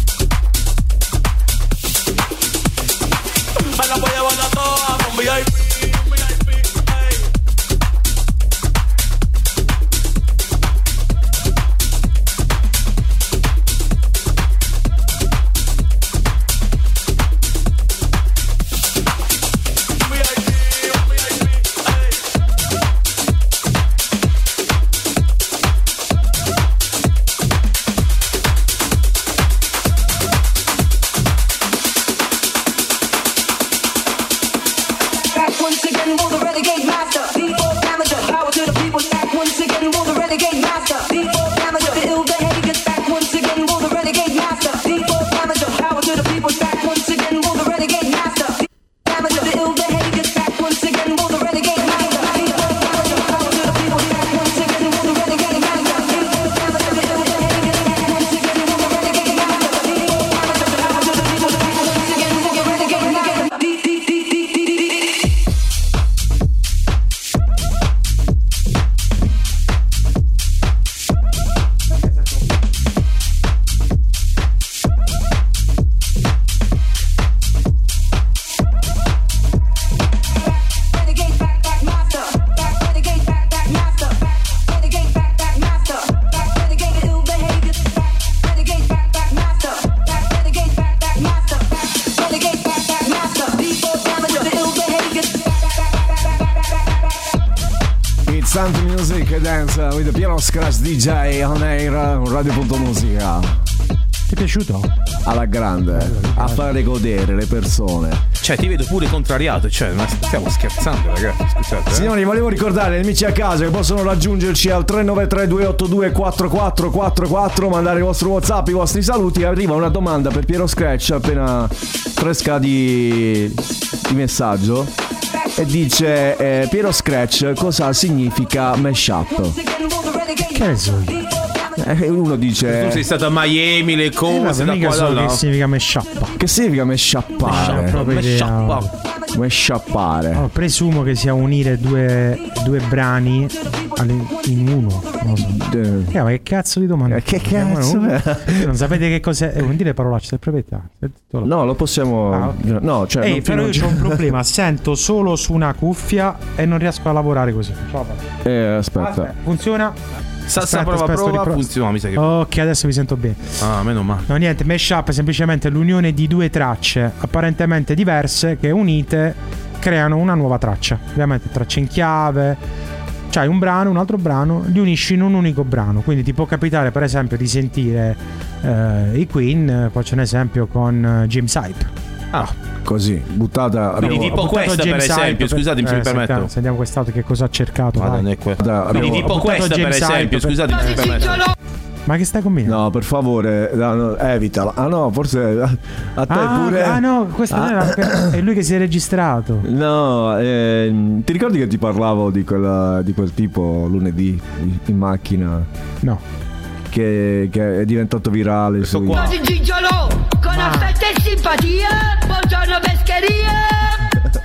Me la voy a llevar a todas con V I P. Instant Music e Dance with Piero Scratch D J on air radio.musica. Ti è piaciuto? Alla grande, a fare godere le persone. Cioè, ti vedo pure contrariato, cioè, ma stiamo scherzando, ragazzi, scusate. Eh? Signori, volevo ricordare agli amici a casa che possono raggiungerci al tre nove tre due otto due quattro quattro quattro quattro, mandare il vostro WhatsApp, i vostri saluti. Arriva una domanda per Piero Scratch appena fresca di, di messaggio. E dice eh, Piero Scratch, cosa significa mashup? Che ne so io? Eh, uno dice tu sei stato a Miami, le cose eh, da mica qua so da là. che significa mashup. Che significa mashuppare? proprio idea. Mashuppare. Oh, presumo che sia unire due, due brani in uno. Non so. De... Eh, ma che cazzo di domanda? Eh, che cazzo è? Non sapete che cos'è? Eh, non dire parolacce, se proprietà. No, lo possiamo. Ah, okay. No, cioè. Ehi, però io ho un problema. Sento solo su una cuffia e non riesco a lavorare così. Eh, aspetta. aspetta. Funziona? Salsa Aspetta, prova aspetta, prova ripro- funziona, mi sa che. Ok, adesso mi sento bene. Ah, meno male. No, niente, mashup è semplicemente l'unione di due tracce apparentemente diverse che unite creano una nuova traccia. Ovviamente tracce in chiave. C'hai un brano, un altro brano, li unisci in un unico brano. Quindi ti può capitare, per esempio, di sentire eh, i Queen. Faccio un esempio con James Hype. Ah, così, buttata. Quindi abbiamo, tipo questa, per esempio, per, scusatemi se eh, mi permetto. Sentiamo, sentiamo quest'altro che cosa ha cercato. Madonna, è que- da, Quindi abbiamo, tipo questa, per esempio, per... scusatemi se mi permetto. Ma che stai combinando? No, per favore, no, no, evitala. Ah no, forse a, a te ah, pure. Ah no, questo ah. era per... è lui che si è registrato. No, eh, ti ricordi che ti parlavo di, quella, di quel tipo lunedì in macchina? No. Che, che è diventato virale. Questo sui... qua. Gigiolo, con Ma... affetto e simpatia. Buongiorno pescheria.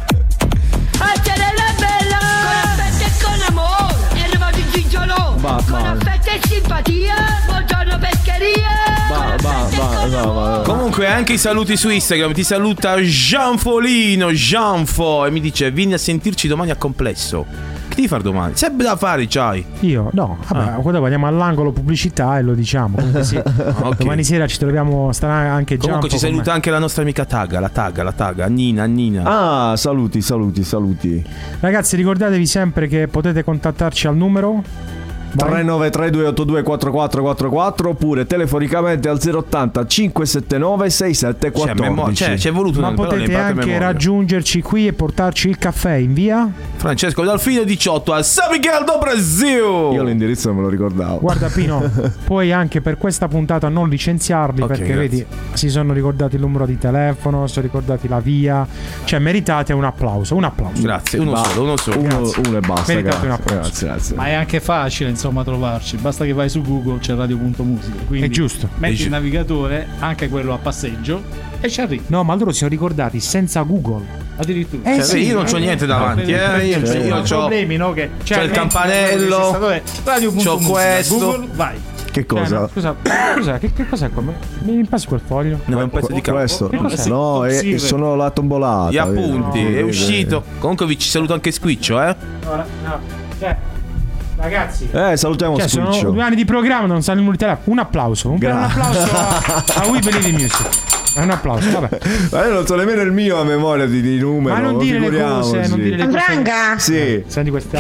Accerella bella, con affetto e con amore. È arrivato il Gigiolo, ba, con ba. affetto e simpatia. Buongiorno pescheria. Ba, ba, ba, no, ba. Comunque anche i saluti su Instagram. Ti saluta Gianfolino, Gianfo, e mi dice vieni a sentirci domani a Complesso. Che devi fare domani? Sempre da fare, c'hai. Io? No, vabbè, ah. Dopo andiamo all'angolo pubblicità e lo diciamo. Comunque sì. Okay. Domani sera ci troviamo, starà anche Gianfo. Comunque ci saluta anche la nostra amica Taga, la Taga, la Taga, Nina, Nina. Ah, saluti, saluti, saluti. Ragazzi, ricordatevi sempre che potete contattarci al numero tre nove tre due otto due quattro quattro quattro quattro oppure telefonicamente al zero ottanta cinque sette nove sei sette uno quattro. Cioè, memo- cioè, c'è voluto ma una potete anche memoria. Raggiungerci qui e portarci il caffè in via Francesco Dalfino diciotto al San Miguel do Brasil. Io l'indirizzo non me lo ricordavo. Guarda Pino, puoi anche per questa puntata non licenziarli, okay, perché grazie. Vedi, si sono ricordati il numero di telefono, si sono ricordati la via. Cioè meritate un applauso. Un applauso. Grazie, uno ba- solo, uno solo. Uno, uno e basta. Meritate grazie. un applauso. Grazie, grazie. Ma è anche facile insomma trovarci. Basta che vai su Google, c'è radio.musica. Quindi è giusto. Metti è il navigatore, anche quello a passeggio, e ci arrivi. No, ma loro si sono ricordati senza Google. Addirittura. Eh, cioè, sì, io non c'ho niente davanti, eh. Io, cioè, io c'ho problemi, no? Che c'ho il campanello, c'ho questo. Google, vai. Che cosa? Eh, no, scusa, scusa, che, che cos'è qua? Mi passi quel foglio? No, è un pezzo di carta. Questo? Che cos'è? No, è, sono la tombolata. Gli appunti, vedi? è uscito. Comunque vi ci saluto anche Squiccio, eh. No, no, cioè, ragazzi. Eh, salutiamo cioè, Squiccio. Sono due anni di programma, non sanno il multitelefono. Un applauso, un, un applauso a, a We Believe in Music. È un applauso, vabbè. Ma io non so nemmeno il mio a memoria di, di numero. Ma non dire le cose, non dire le cose. Andranga. Sì. Senti questa.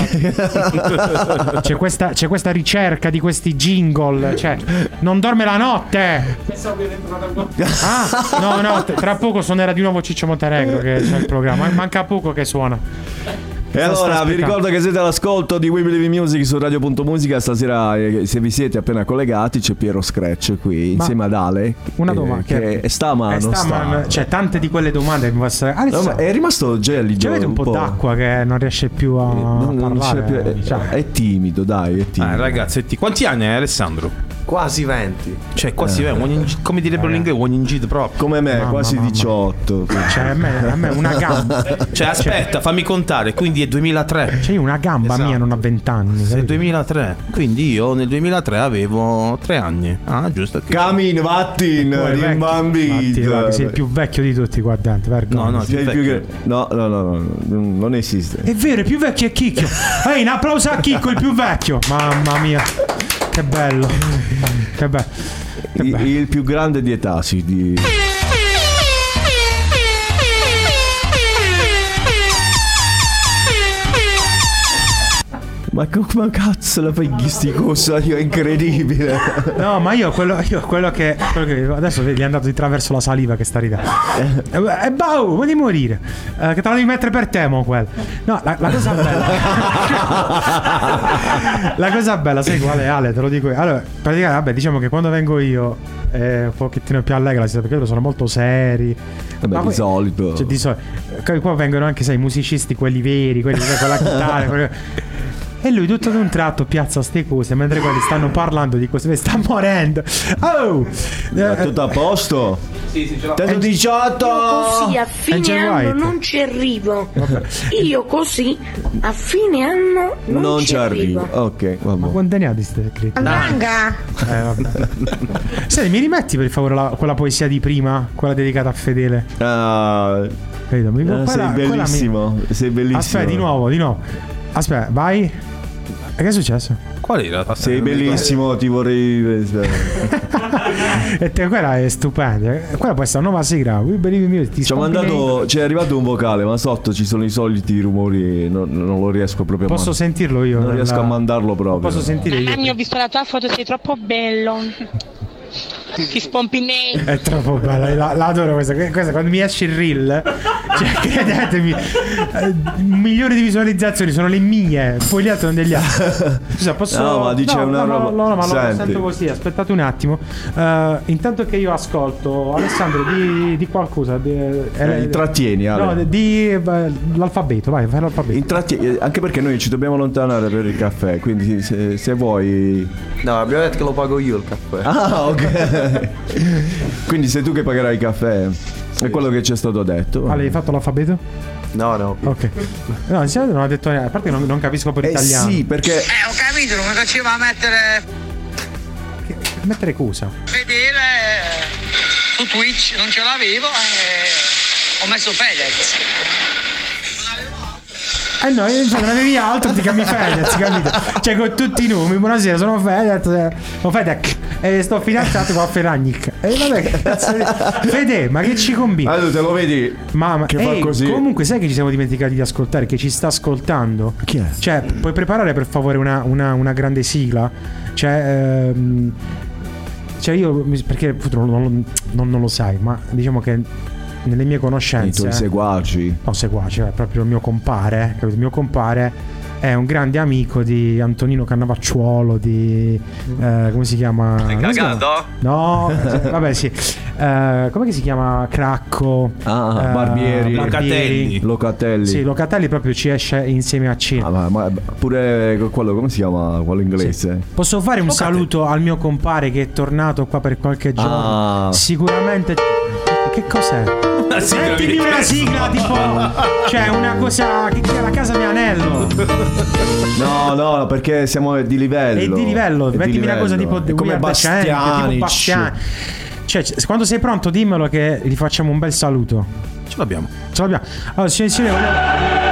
c'è questa c'è questa ricerca di questi jingle, cioè non dorme la notte. Ah, no, no, tra poco suonerà di nuovo Ciccio Montenegro che c'è il programma. Manca poco che suona. E allora vi ricordo che siete all'ascolto di We Believe in Music su radio.musica. Stasera, eh, se vi siete appena collegati, c'è Piero Scratch qui insieme ma ad Ale. Una eh, domanda che è sta ma è non sta, sta. Ma, cioè tante di quelle domande mi passano. No, ma è rimasto gelido. C'è un, un po' d'acqua che non riesce più a non, non parlare. Più, è, diciamo. è timido, dai, è timido. Ah, ragazzi, quanti anni hai, Alessandro? Quasi venti. Cioè, quasi eh. venti. Come direbbero in inglese, one indeed proprio. Come me, mamma, quasi mamma. diciotto. Cioè, a me, a me una gamba. Cioè, aspetta, fammi contare. Quindi è duemilatré. Cioè, una gamba esatto. mia non ha vent'anni. È duemilatré. Quindi io nel duemilatré avevo tre anni. Ah, giusto. Camin, Vattin, rimbambito. Sei il più vecchio di tutti qua dentro. Vergogna. No, no, sei il più che... no, no, no, no, non esiste. È vero, il più vecchio è Chicchio. Ehi, un applauso a Chicco, il più vecchio. Mamma mia. Che bello. Che bello. Che bello. Il, il più grande di età, sì, di... Ma come cazzo la fai sti cosa? Io è incredibile. No, ma io quello, io quello che, quello che adesso gli è andato di traverso la saliva che sta ridendo. E eh, bau, vuoi morire? Eh, che te la devi mettere per te, mo quello. No, la, la cosa bella. La cosa bella, sai quale, Ale, te lo dico io. Allora, praticamente, vabbè, diciamo che quando vengo io è un pochettino più allegra, perché loro sono molto seri. Vabbè, ma di poi, solito. Cioè, di solito. Qua vengono anche, sai, i musicisti, quelli veri, quelli con la chitarra. quelli... E lui tutto ad un tratto piazza ste cose mentre quelli stanno parlando di cose. Sta morendo. Oh! È tutto a posto? Sì, sì, ce l'ho. centodiciotto! Io così a fine anno White. non ci arrivo. Io così a fine anno non, Non ci ci arrivo. arrivo. Ok, Ma vabbè. quanti anni ha di ste scritte? Andanga. Eh, vabbè. Senti, mi rimetti per favore la, quella poesia di prima, quella dedicata a Fedele? Ah, Capito? Mi- eh, quella- sei quella mi- bellissimo. Sei bellissimo. Aspetta, di nuovo, di nuovo. Aspetta, vai. E che è successo? Qual era? Sei bellissimo, ti vorrei. E te, quella è stupenda. Quella può essere una nuova sigla. We believe in music. Ti Ci ha spompi mandato. nei- C'è arrivato un vocale, ma sotto ci sono i soliti rumori. Non, non lo riesco proprio a Posso man- sentirlo io? Non nella- riesco a mandarlo proprio. Posso sentire io? Anni ho visto la tua foto, sei troppo bello. Ti spompi nei. È troppo bella, la, la adoro questa, questa. Quando mi esce il reel, cioè, credetemi, eh, un milione di visualizzazioni sono le mie, poi gli altri sono degli altri. Scusa, posso. No, ma dice no, una no, roba- No, no, no, ma lo Senti. sento così. Aspettate un attimo. Uh, intanto che io ascolto, Alessandro, di, di qualcosa. Di, Eh, intrattieni, Ale. No, di eh, l'alfabeto, vai, fai l'alfabeto. Intratti- anche perché noi ci dobbiamo allontanare per il caffè. Quindi se, se vuoi. No, abbiamo detto che lo pago io il caffè. Ah, ok. Quindi sei tu che pagherai il caffè. È quello che ci è stato detto. Ale, hai fatto l'alfabeto? No, no. Ok. No, insieme non ha detto niente. A parte che non, non capisco per Eh italiano. sì, perché. Eh, ho capito, non mi faceva mettere Mettere cosa? Fedele su Twitch, non ce l'avevo e ho messo Fedez. Eh no, infatti non avevi altro, ti chiami Fedez, capito? Cioè con tutti i nomi, buonasera, sono Fedez, eh, sono Fedec e sto fidanzato con Ferragnic. E vabbè, che cazzo di... Fede, ma che ci combini? Allora te lo vedi Mamma, che ehi, fa così. comunque sai che ci siamo dimenticati di ascoltare, che ci sta ascoltando? Chi è? Cioè, puoi preparare per favore una, una, una grande sigla? Cioè, ehm, cioè io, perché non, non, non, non lo sai, ma diciamo che nelle mie I conoscenze, tuoi seguaci. no, seguaci, è proprio il mio compare, capito? Il mio compare è un grande amico di Antonino Cannavacciuolo, di eh, come si chiama? Hai Come si chiama? cagato? No, eh, vabbè, sì. Eh, come si chiama? Cracco, Ah, eh, Barbieri. Locatelli. Locatelli. Sì, Locatelli proprio ci esce insieme a Cina. Ah, ma, ma pure quello, come si chiama? Quello inglese? Posso fare un Locatelli. saluto al mio compare che è tornato qua per qualche giorno? Ah. Sicuramente. Che cos'è? Una sigla Mettimi di- una sigla tipo. Cioè una cosa che è la casa di Anello. No, no, perché siamo di livello. È di livello. È di Mettimi una livello. cosa tipo È The come We Are the Champions, Bastianic. tipo Bastiani. Cioè, c- quando sei pronto dimmelo che gli facciamo un bel saluto. Ce l'abbiamo. Ce l'abbiamo. Allora, signori e signori, volevo-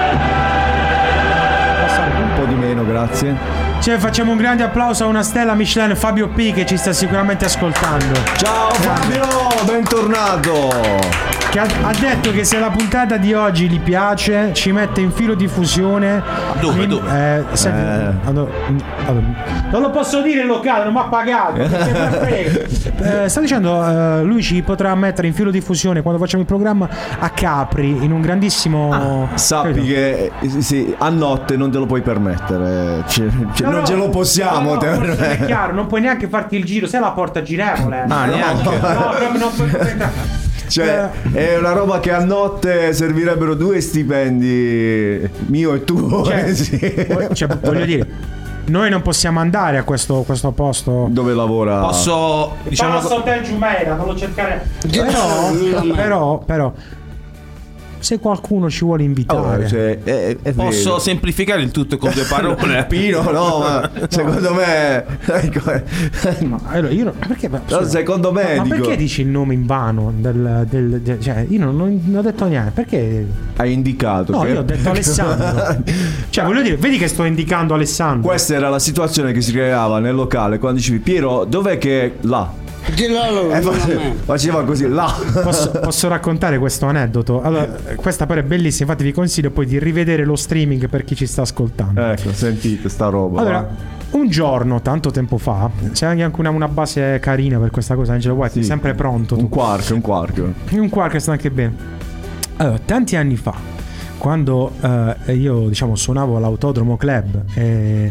Un po' di meno, grazie. cioè, facciamo un grande applauso a una stella Michelin, Fabio P, che ci sta sicuramente ascoltando. Ciao Fabio, bentornato. Che ha, ha detto che se la puntata di oggi gli piace, ci mette in filo diffusione. Dove, in- dove? Eh, senti, Eh. allora, allora, non lo posso dire il locale, non mi ha pagato. perché me ne frega. Eh, sta dicendo, eh, lui ci potrà mettere in filo diffusione quando facciamo il programma a Capri, in un grandissimo. Sappi capito? che eh, sì, a notte non te lo puoi permettere. Cioè, cioè, No, non no, ce lo possiamo. no, no, te- forse è chiaro, non puoi neanche farti il giro, sei la porta girevole. Ah, neanche. No, proprio non puoi entrare. Cioè, è una roba che a notte servirebbero due stipendi, mio e tuo. Cioè, eh, sì. cioè, voglio dire, noi non possiamo andare a questo, questo posto. Dove lavora? Posso, diciamo, Palazzo Hotel Giumeira, non lo cercare. Però, però, però, se qualcuno ci vuole invitare, Oh, cioè, è, è posso vero. semplificare il tutto con due parole. Pino, no, ma secondo me. ecco, no, allora io non- ma perché, ma, no, scusa, secondo me ma dico, perché dici il nome in vano del, del- del- cioè io non, non- non ho detto niente, perché hai indicato. no, che- io ho detto Alessandro. Cioè voglio dire, vedi che sto indicando Alessandro. Questa era la situazione che si creava nel locale quando dicevi Piero, dov'è che là? Eh, face- faceva così là. Posso, posso raccontare questo aneddoto? Allora, questa poi è bellissima, infatti vi consiglio poi di rivedere lo streaming per chi ci sta ascoltando. Ecco, sentite sta roba. Allora, va. un giorno, tanto tempo fa, c'è anche una, una base carina per questa cosa, Angelo White, Sì. sempre pronto. Un tu. quark, un quark. Un quark sta anche bene. Allora, tanti anni fa, quando eh, io diciamo suonavo all'Autodromo Club e...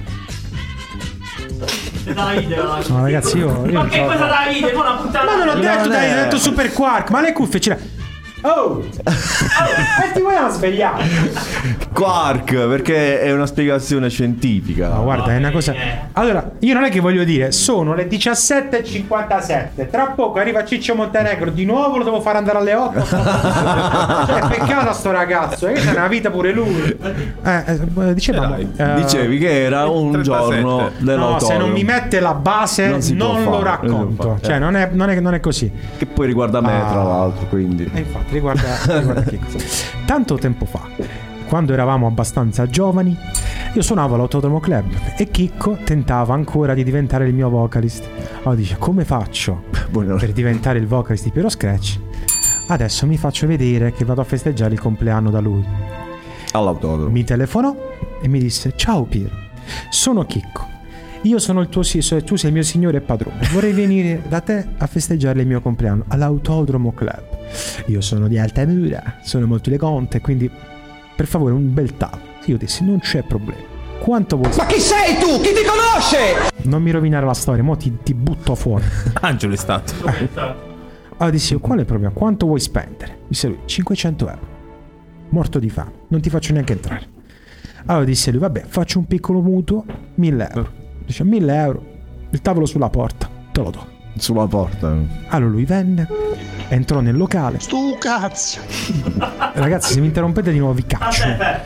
No, ragazzi, io, io Ma non che so- cosa da ridere? Ma una puttana. Ma non l'ho detto, Non dai, è- ho detto Super Quark, ma le cuffie ce l'ha. Oh! E ti vogliamo svegliare? Quark, perché è una spiegazione scientifica. Ma guarda, è una cosa. Allora, io non è che voglio dire, sono le diciassette e cinquantasette. Tra poco arriva Ciccio Montenegro, di nuovo lo devo fare andare alle otto. Cioè, peccato a sto ragazzo, eh, c'è una vita pure lui. Eh, eh, dicevamo, eh, Dicevi che era un trentasette. giorno no, dell'autodromo. se non mi mette la base Non si può non, lo fare, non racconto. si può fare. Cioè, non è, non, è, non è così. Che poi riguarda me, Ah. tra l'altro, quindi. E infatti, riguarda, riguarda che cosa. Tanto tempo fa, quando eravamo abbastanza giovani, io suonavo all'Autodromo Club e Chicco tentava ancora di diventare il mio vocalist. Allora dice, come faccio per diventare il vocalist di Piero Scratch? Adesso mi faccio vedere che vado a festeggiare il compleanno da lui. All'autodromo. Mi telefonò e mi disse, ciao Piero, sono Chicco. Io sono il tuo, si- tu sei il mio signore e padrone. Vorrei venire da te a festeggiare il mio compleanno all'Autodromo Club. Io sono di Altamura, sono molto elegante, quindi per favore un bel tavolo. Io dissi, non c'è problema. Quanto vuoi? Ma chi sei tu? Chi ti conosce? Non mi rovinare la storia, mo ti, ti butto fuori. Angelo è stato. Allora dissi, qual è il problema? Quanto vuoi spendere? Disse lui, cinquecento euro. Morto di fame, non ti faccio neanche entrare. Allora disse lui, vabbè, faccio un piccolo mutuo, mille euro. Dice, mille euro, il tavolo sulla porta, te lo do. Sulla porta. Allora lui venne, entrò nel locale. Stu cazzo. Ragazzi, se mi interrompete di nuovo vi caccio.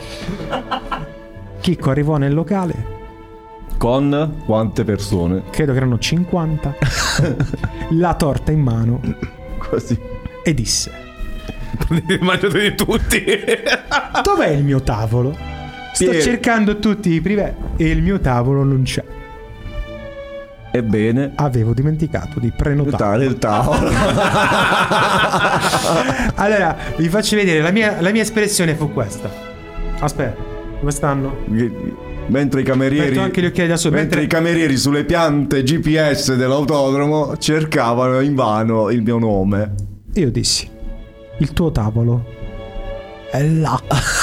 Chicco arrivò nel locale, Con quante persone? credo che erano cinquanta, la torta in mano Così. e disse, Mangiate tutti. dov'è il mio tavolo? Sto Pier- cercando tutti i privé e il mio tavolo non c'è. Ebbene, Avevo dimenticato di prenotare. tale il tavolo. Allora, vi faccio vedere, la mia, la mia espressione fu questa. Aspetta, quest'anno Mentre i camerieri metto anche gli occhiali da sole. mentre Mentre i camerieri sulle piante G P S dell'autodromo cercavano invano il mio nome. io dissi, il tuo tavolo è là.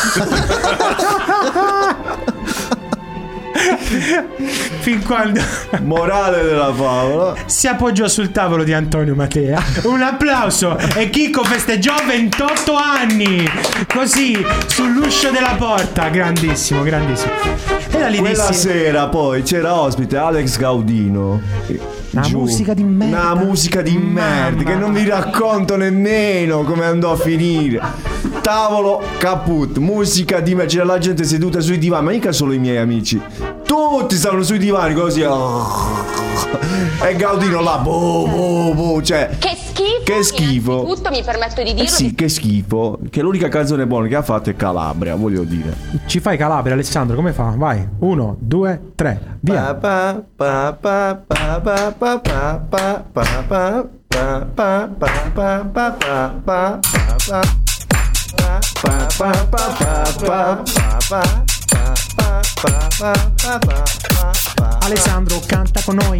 Fin quando Morale della favola. si appoggiò sul tavolo di Antonio Matea. Un applauso. E Chicco festeggiò ventotto anni. Così, sull'uscio della porta. Grandissimo, grandissimo. E da lì Quella dissi, sera poi c'era ospite Alex Gaudino. Una Giù. musica di merda. Una musica di merda che non vi racconto nemmeno come andò a finire. Tavolo caput, musica di merda. C'era la gente seduta sui divani, ma mica solo i miei amici. Tutti stavano sui divani così. oh. E Gaudino là, boh, boh, boh, cioè. Che schifo. Che schifo. Innanzitutto mi permetto di dirlo. Eh sì, che schifo. Che l'unica canzone buona che ha fatto è Calabria, voglio dire. ci fai Calabria, Alessandro? Come fa? Vai. Uno, due, tre. Via. Pa, pa, pa, pa, pa, pa, pa, pa, pa, pa, pa, pa, pa, pa, pa, pa, pa, pa. Alessandro canta con noi.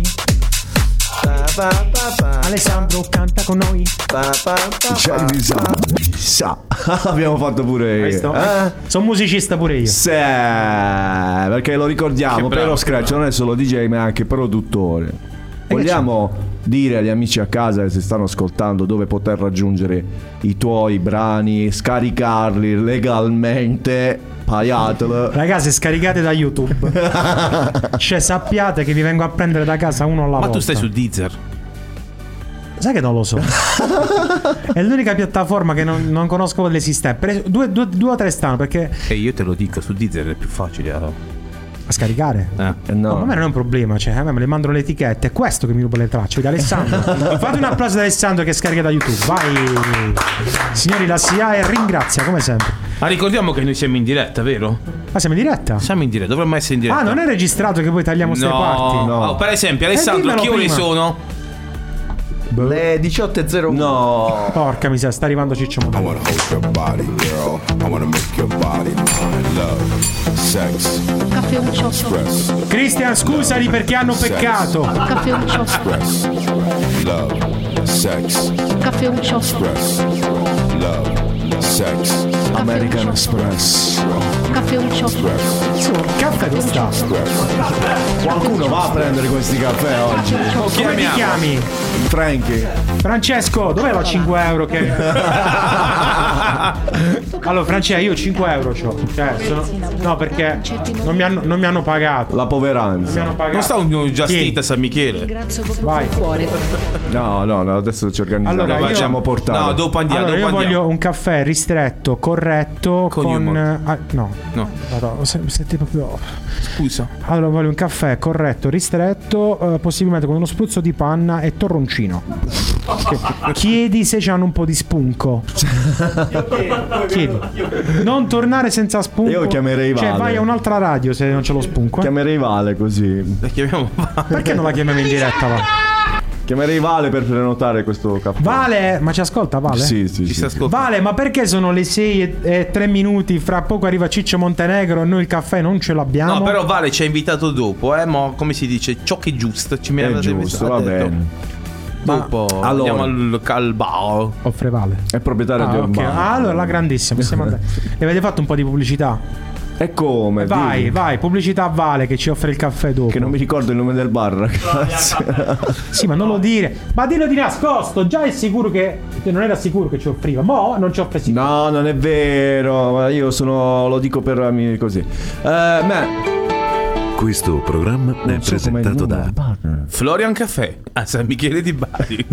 Alessandro canta con noi. Cioè, mi sa, mi sa. Abbiamo fatto pure io. Eh? Sono musicista pure io. Sì, perché lo ricordiamo, Che bravo, però che Scratch bravo. non è solo D J ma è anche produttore. Vogliamo dire agli amici a casa che si stanno ascoltando dove poter raggiungere i tuoi brani, scaricarli legalmente, paiatelo. Ragazzi, scaricate da YouTube. Cioè, sappiate che vi vengo a prendere da casa uno alla Ma volta. tu stai su Deezer? Sai che non lo so. È l'unica piattaforma che non, non conosco l'esistenza. Per es- due, due, due o tre stanno perché E io te lo dico, su Deezer è più facile. allora. a scaricare. Eh. Eh, No, no. ma a me non è un problema, cioè a me me le mandano le etichette, è questo che mi ruba le tracce. Vedi Alessandro. Fate un applauso ad Alessandro che scarica da YouTube. Vai. Signori, la S I A e ringrazia come sempre. Ma ricordiamo che noi siamo in diretta, vero? Ah, siamo in diretta? Siamo in diretta, dovremmo essere in diretta. Ah, non è registrato che poi tagliamo ste No, parti. no. Oh, per esempio, Alessandro, dimmelo che ore prima. sono? Le diciotto e zero uno. No. Porca miseria, sta arrivando Ciccio Montenegro. Cristian, scusali perché hanno peccato. Caffeuccio. Love, sex, Caffeuccio. express, love, sex, American Express. Caffeuccio. Caffè dove sta? Qualcuno va a prendere questi caffè oggi. Come ti chiami? Frankie. Francesco, dov'è la cinque euro che... Allora Francesco, io cinque euro c'ho. Cioè, sono... No, perché non mi, hanno, non mi hanno pagato. La poveranza. Non mi hanno pagato. Non sta un Just a San Michele? Vai. No, no, no, adesso ci organizziamo. Allora, io- facciamo portare. No, dopo andiamo. Allora, dopo io andiamo. voglio un caffè ristretto, corretto, Con con... humor. ah, no. No. Madonna, se- senti proprio... Scusa. Allora voglio un caffè corretto, ristretto, eh, possibilmente con uno spruzzo di panna e torroncino. Che- Chiedi se c'hanno un po' di spunco. Chiedi. Non tornare senza spunco. Io chiamerei Cioè Vale. vai a un'altra radio se non c'è lo spunco. eh. Chiamerei Vale così. La chiamiamo. Perché non la chiamiamo in diretta, va? Chiamerei Vale per prenotare questo caffè. Vale, ma ci ascolta Vale? Sì, sì, Ci sì. sta ascoltando. Vale, ma perché sono le sei e- e tre minuti? Fra poco arriva Ciccio Montenegro e noi il caffè non ce l'abbiamo. No, però Vale ci ha invitato dopo, eh. Ma come si dice? Ciò che è giusto. Ci mi È avete giusto, ha va detto. bene. Dopo allora- andiamo al, al bar. Offre Vale. È proprietario di Ah, un ok. bar. Ah, allora la grandissima. Possiamo andare. Le avete fatto un po' di pubblicità? E come? Vai, Dillo. vai, pubblicità a Vale che ci offre il caffè dopo. Che non mi ricordo il nome del bar, ragazzi. Sì, ma non lo dire. Ma dillo di nascosto. Già è sicuro che, che non era sicuro che ci offriva. Mo' non ci offre sicuro. No, non è vero. Ma io sono. Lo dico per amici così. Eh, me. Questo programma è Non so com'è il presentato nome da del bar. Florian Caffè a San Michele di Bari.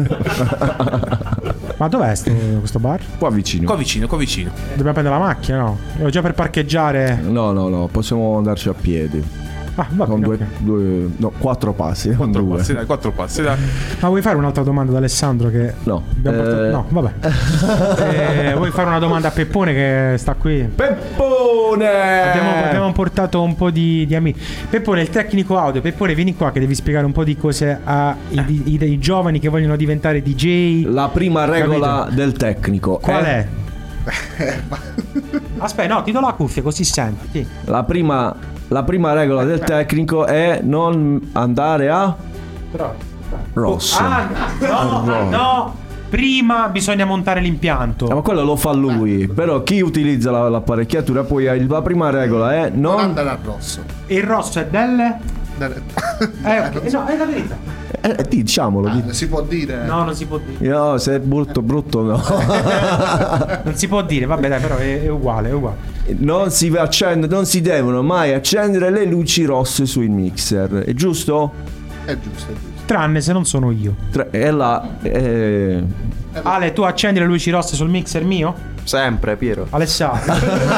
Ma dov'è sto- questo bar? Qua vicino. Qua vicino, qua vicino. Dobbiamo prendere la macchina, no? Ero già per parcheggiare. No, no, no, possiamo andarci a piedi. Ah, va Con bene, due, ok. due. No, quattro passi. Non Quattro due. passi, dai, quattro passi, dai. Ma vuoi fare un'altra domanda ad Alessandro che No. abbiamo portato- Eh. No, vabbè. Eh, vuoi fare una domanda a Peppone che sta qui? Peppone! Abbiamo, abbiamo portato un po' di, di amici. Peppone, il tecnico audio. Peppone, vieni qua che devi spiegare un po' di cose ai i, i giovani che vogliono diventare D J. La prima regola Capito? del tecnico. Qual è? è? Aspetta, no, ti do la cuffia così senti. Sì. La prima, la prima regola del tecnico è non andare a Però. rosso. Ah, no, No. no. Prima bisogna montare l'impianto. Eh, ma quello lo fa lui. Però chi utilizza la- l'apparecchiatura poi ha il- la prima regola è non, Non andare a rosso. Il rosso è delle. Dare- Eh, ok. No, è la verità. Eh, eh, diciamolo. Ah, di- si può dire. No, non si può dire. No, se è brutto brutto no. Non si può dire, vabbè, dai, però è, è uguale, è uguale. Non si accende, non si devono mai accendere le luci rosse sui mixer. È giusto? È giusto, è giusto. Tranne se non sono io. Tre- è la eh, Ale, tu accendi le luci rosse sul mixer mio? Sempre, Piero. Alessandro.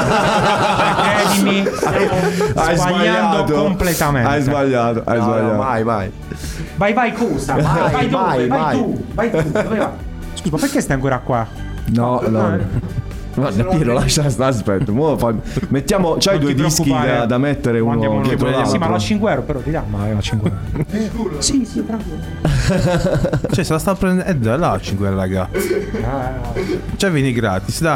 Credimi, stiamo hai sbagliando sbagliato. completamente. Hai sbagliato, hai No, no, sbagliato. mai, mai. Vai, vai, cosa? Vai, Vai, vai, dove? vai, vai, vai. tu, vai tu. Dove vai? Scusa, ma perché stai ancora qua? No, no. no. Guarda, Piero, lascia sta, aspetta. Mo fa- mettiamo, c'hai Non due ti dischi preoccupare. da, da mettere Mo andiamo uno noi, dietro sì, l'altro. ma la cinque euro però ti dà, ma la cinque euro. Sì, sì, tranquillo. Cioè, se la sta prendendo. Eh, dai, là, cinque raga. Cioè, vieni gratis, dai.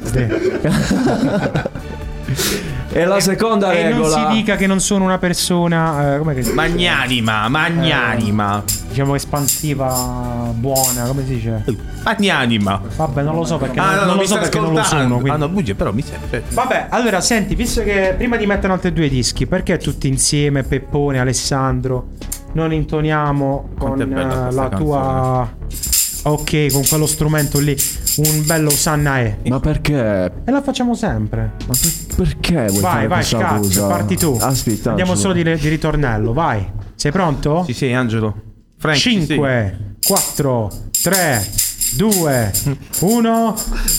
E la seconda E non regola. si dica che non sono una persona, eh, come che si dice? Magnanima, magnanima. Diciamo espansiva, buona, come si dice? Magnanima. Vabbè, non lo so perché Ah, non, no, non non lo mi so stai perché non lo ascoltando. sono. Quindi. Ah, no, bugie, però mi serve. Vabbè, allora senti, visto che prima di mettere altri due dischi, perché tutti insieme, Peppone, Alessandro, non intoniamo con Quanto è bella eh, questa la tua. Ok, con quello strumento lì, un bello Sanna E. Ma perché? E la facciamo sempre. Ma per- perché vuoi Vai, fare vai, questa scatto, cosa? parti tu. Aspetta. Andiamo Angelo. solo di, di ritornello, vai. Sei pronto? Sì, sì, Angelo. Frank, cinque, quattro, tre, due, uno.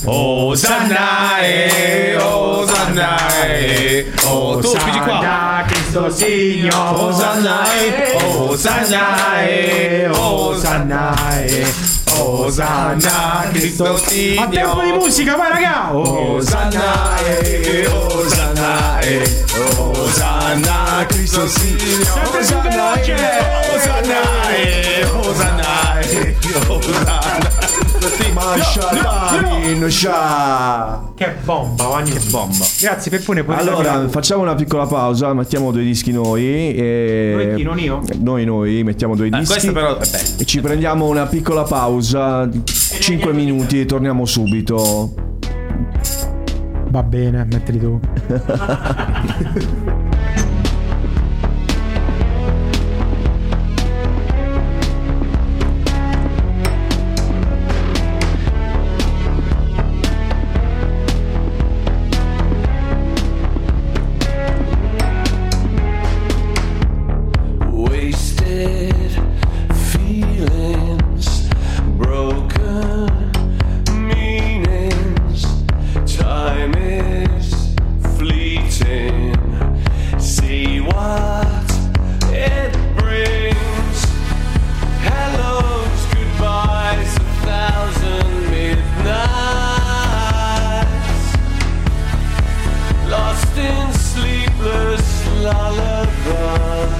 Osannae, Osannae, oh, tu spingi qua. Osanna Cristo Signore. Osannae, Osannae, Osannae, Osanna, Cristo figlio. A tempo di musica, vai raga. Osanna, eh, Osanna, eh, Osanna, Cristo figlio. Osanna, eh, Osanna, eh, Osanna, eh, Osanna. Mashallah. Che bomba, Vani. Che bomba. Grazie Peppone. puoi Allora, risalire. facciamo una piccola pausa, mettiamo due dischi noi e... Noi chi, non io? Noi, noi, mettiamo due Ah, dischi questo però è bello. e ci prendiamo una piccola pausa, cinque minuti e torniamo subito. Va bene, mettili tu. Wasted feelings, broken meanings. Time is fleeting. See what it brings. Hellos, goodbyes, a thousand midnights. Lost in sleepless lullaby.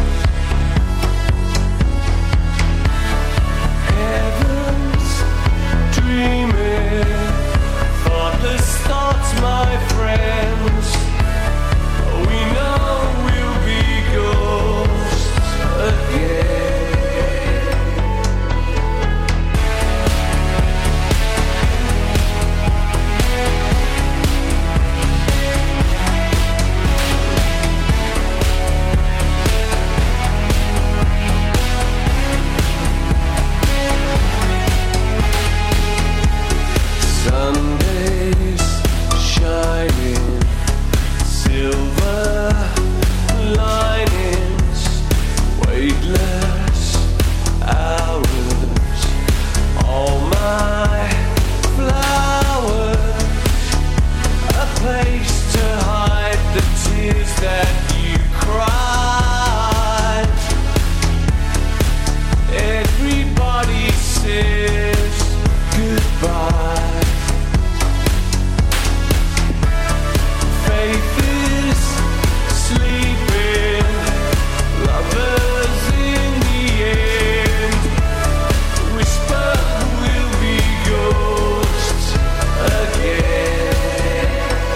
Heavens dreaming, thoughtless thoughts, my friends. We know we'll be ghosts again. Sundays shining, silver linings, weightless hours, all my flowers, a place to hide the tears that you cried. Everybody says goodbye. Faith is sleeping, lovers in the end. Whisper will be ghosts again.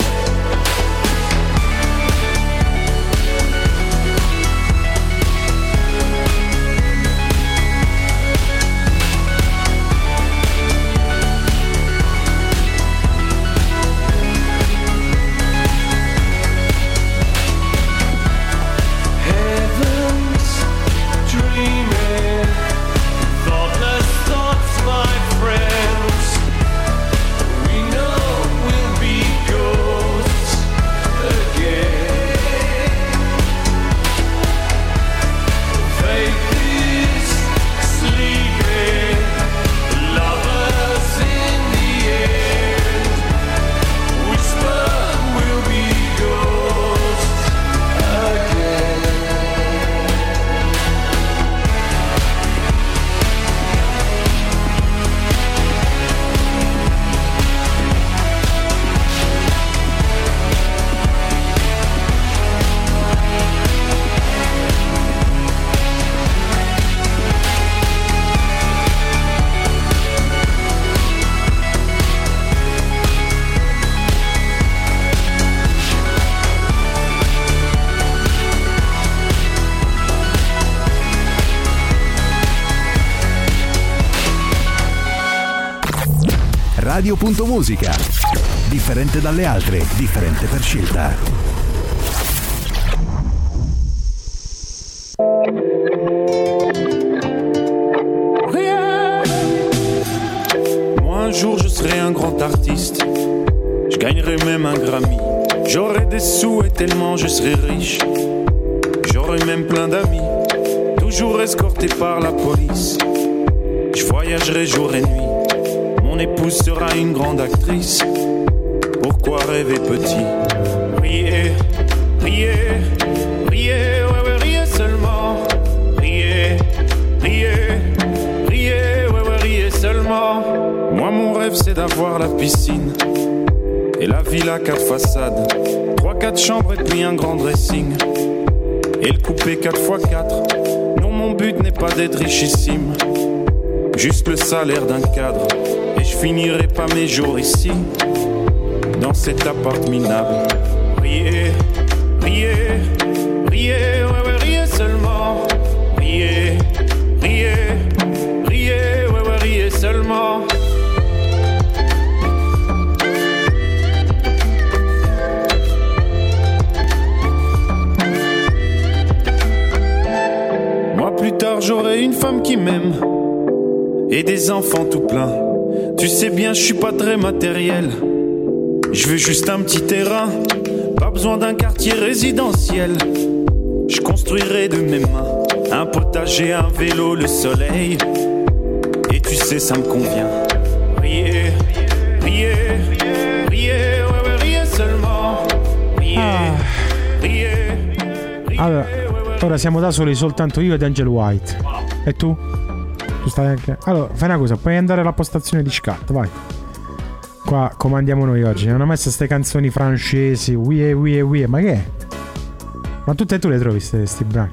Heavens dreaming, thoughtless thoughts, my friends. We know we'll be ghosts again. Faith is sleeping, lovers in the end. Whisper will be ghosts again. Radio.musica. Differente dalle altre, differente per scelta. Moi un jour je serai un grand artiste, je gagnerai même un Grammy. J'aurai des sous et tellement je serai riche, j'aurai même plein d'amis, toujours escorté par la police. Je voyagerai jour et nuit, mon épouse sera une grande actrice. Pourquoi rêver petit? Riez, riez, riez, ouais ouais riez seulement. Riez, riez, riez, ouais ouais riez seulement. seulement. Moi mon rêve c'est d'avoir la piscine et la villa quatre façades, trois quatre chambres et puis un grand dressing et le coupé quatre par quatre. Non, mon but n'est pas d'être richissime, juste le salaire d'un cadre, et je finirai pas mes jours ici dans cet appart minable. Riez, riez, riez, ouais ouais riez seulement. Riez, riez, riez, ouais ouais riez seulement. Moi plus tard j'aurai une femme qui m'aime et des enfants tout plein. Tu sais bien je suis pas très matériel, je veux juste un petit terrain, pas besoin d'un quartier résidentiel. Je construirai de mes mains un potager, un vélo, le soleil, et tu sais ça me convient. Riez, riez, riez, ouais ouais riez seulement. Riez, riez, riez. Allora, ora siamo da soli soltanto io ed Angel White. E tu? Tu stai anche. Allora, fai una cosa, puoi andare alla postazione di Scat, vai. Qua comandiamo noi oggi. Hanno messo ste canzoni francesi, oui oui oui, ma che è? Ma tutte e tu le trovi sti brani?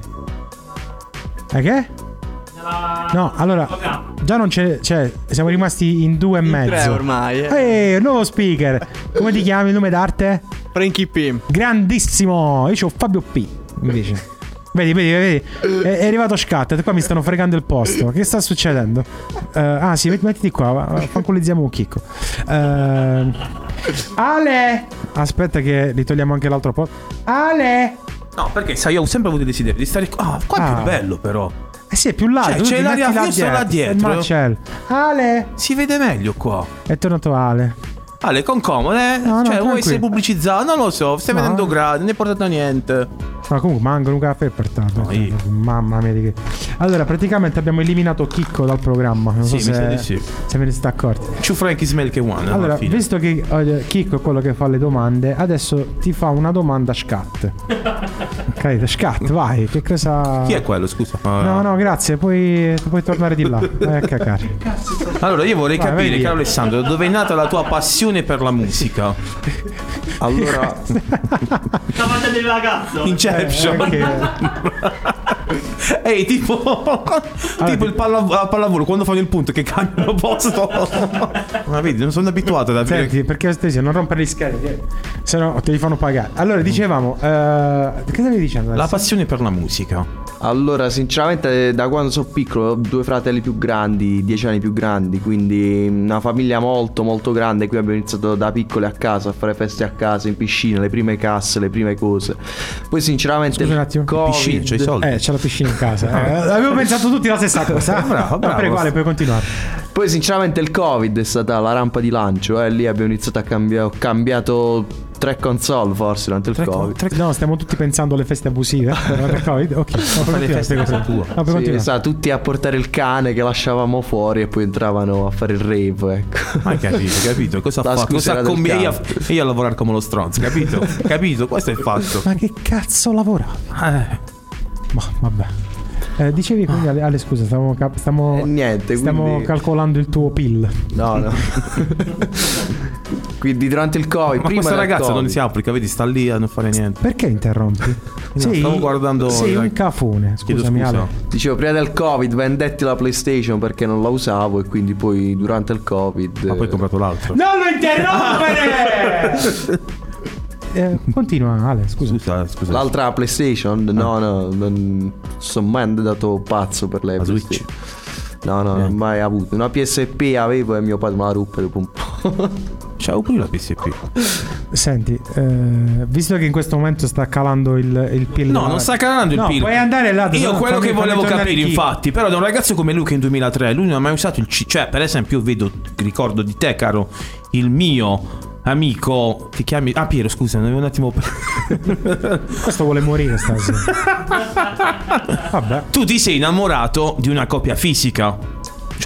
E che? No, allora già non c'è, cioè siamo rimasti in due e in mezzo. Tre ormai. Eh. Ehi, nuovo speaker. Come ti chiami? Il nome d'arte? Frankie P. Grandissimo. Io c'ho Fabio P. Invece. Vedi, vedi, vedi. È, è arrivato Scat. Qua mi stanno fregando il posto. Che sta succedendo? Uh, ah, sì, mettiti qua. Fancolizziamo un chicco. Uh, Ale! Aspetta, che li togliamo anche l'altro posto. Ale! No, perché sai, io ho sempre avuto il desiderio di stare qua. Ah, qua Ah. è più bello, però. Eh sì, è più là. Cioè, tu c'è ti l'aria metti là fresca là dietro. il macello. Ale! Si vede meglio qua. È tornato Ale. Ale, con comode, eh? No, no, cioè, vuoi tranquillo. essere pubblicizzato? Non lo so, stai No. vedendo gradi, non è portato niente. Ma comunque manca un caffè per tanto. No, io. Mamma mia di che. Allora, praticamente abbiamo eliminato Chicco dal programma. Non so Sì, mi sa se, di sì. se ve ne siete accorti. Ciu Frankie Smell che one. Allora, alla fine. visto che eh, Chicco è quello che fa le domande, adesso ti fa una domanda Scat. Ok, Scat, vai. Che cosa. Chi è quello, scusa? Ah. No, no, grazie. Puoi, puoi tornare di là. Vai a cacare. Allora, io vorrei Vai, capire, vai via. caro Alessandro, dove è nata la tua passione per la musica? Allora, Sta facendo il ragazzo. Inception. Eh, ok. Ehi, tipo, tipo il palla- pallavolo quando fanno il punto che cambiano posto. Ma vedi, non sono abituato ad avere. Senti, perché stessi non rompere gli schede, che se no te li fanno pagare. Allora, dicevamo, eh, che stavi dicendo? La adesso? passione per la musica. allora, sinceramente, da quando sono piccolo ho due fratelli più grandi, dieci anni più grandi, quindi una famiglia molto molto grande. Qui abbiamo iniziato da piccoli a casa a fare feste a casa, in piscina, le prime casse, le prime cose. Poi sinceramente Scusa un attimo. il Covid, Piscina, c'hai i soldi? Eh, c'è la piscina in casa. Eh, avevo pensato tutti la stessa cosa. Bravo, bravo. Prego, Ale, puoi continuare. Poi sinceramente il Covid è stata la rampa di lancio, e eh. lì abbiamo iniziato a cambiare, ho cambiato tre console forse durante il Tre- Covid. tre- No, stiamo tutti pensando alle feste abusive. Per Covid. Ok, no, puoi Fare le continuare, feste a prego, casa prego. tua. No, puoi Sì, continuare. sa, tutti a portare il cane che lasciavamo fuori e poi entravano a fare il rave, ecco. Ma hai capito, capito? Cosa ha La fatto? scusa Cosa era del combina io, cane. io a lavorare come lo stronzo, capito? Capito? Questo è il fatto. Ma che cazzo lavora? Eh. Ma vabbè. Eh, dicevi quindi, Ale, Ale, scusa, stiamo, cap- stiamo, Eh, niente, stiamo quindi- calcolando il tuo P I L. No, no. Quindi durante il Covid, Ma prima questa del ragazza Covid, non si applica, vedi, sta lì a non fare niente. Perché interrompi? No, stavo guardando- Sei un cafone. Chiedo Scusami, scusa. Ale. Dicevo, prima del Covid vendetti la PlayStation perché non la usavo, e quindi poi durante il Covid Ma poi hai comprato l'altro. Non lo interrompere! eh, continua, Ale, scusa. Scusa, scusa. l'altra PlayStation, no, no, non sono mai andato pazzo per le La Switch? PlayStation. No, no, non ho mai avuto. Una P S P avevo e mio padre me la ruppe dopo un po'. C'avevo pure la P S P. Senti, eh, visto che in questo momento sta calando il, il P I L. No, non sta calando il no, P I L. puoi andare là. Io no, quello fammi- che fammi volevo tornare capire, chi. infatti, però da un ragazzo come lui che in duemilatré, lui non ha mai usato il C. Cioè, per esempio, io vedo, ricordo di te, caro, il mio amico, ti chiami? Ah, Piero, scusa, un attimo. Questo vuole morire stasera. Vabbè. Tu ti sei innamorato di una coppia fisica. Cioè,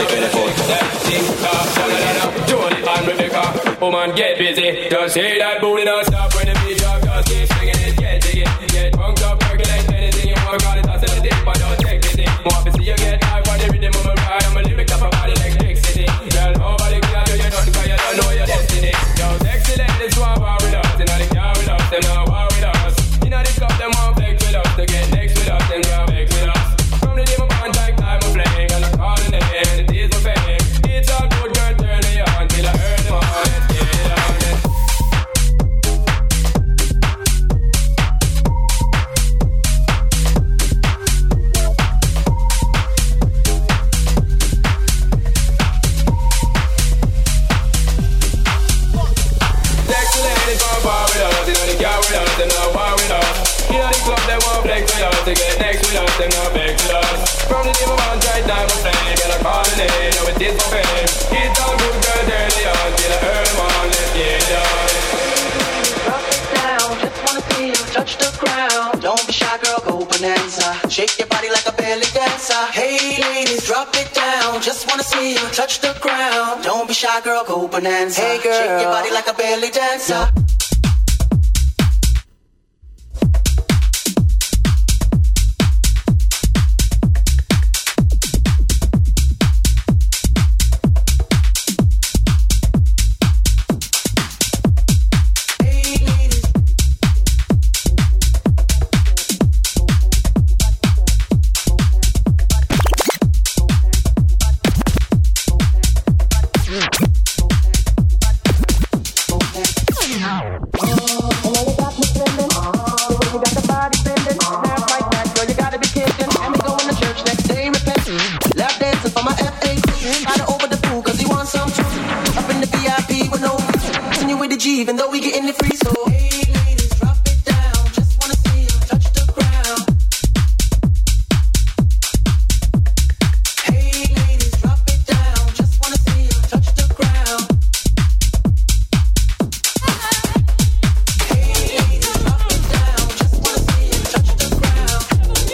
Jody and Rebecca, woman get busy. Just say that booty don't stop when the beat drop. Just keep swinging it, get jiggy. Get punked up, percolate anything you want. Call it toss in the dip, but don't take it. More to see you get high for the rhythm of my ride. I'm a lyric up about electricity. Girl, nobody can do you nothing 'cause you don't know your destiny. Yo, sexy ladies want war with us. You know they care with us, them not war with us. You know they cup, them want flex with us. To get next with us, them can't vex with us. From the day my bond like time of playing, and I call the name, and it is my fame. It's all good, girl, turn it on till I earn them on. Let's get it on. To get next with us, them not back with us. From the day my man tried time of playing, girl, I call the name, now it is my fame. It's all good, girl, turn it on till I earn them on. Let's get it on. Drop it down, just wanna see you touch the ground. Don't be shy, girl, go bonanza. Shake your body like a belly dancer. Hey ladies, drop it down, just wanna see you touch the ground. Don't be shy, girl, go bonanza. Hey girl, shake your body like a belly dancer. Even though we getting it free, so hey ladies, drop it down. Just wanna see you touch the ground. Hey ladies, drop it down. Just wanna see you touch the ground. Hey ladies, drop it down. Just wanna see you touch the ground.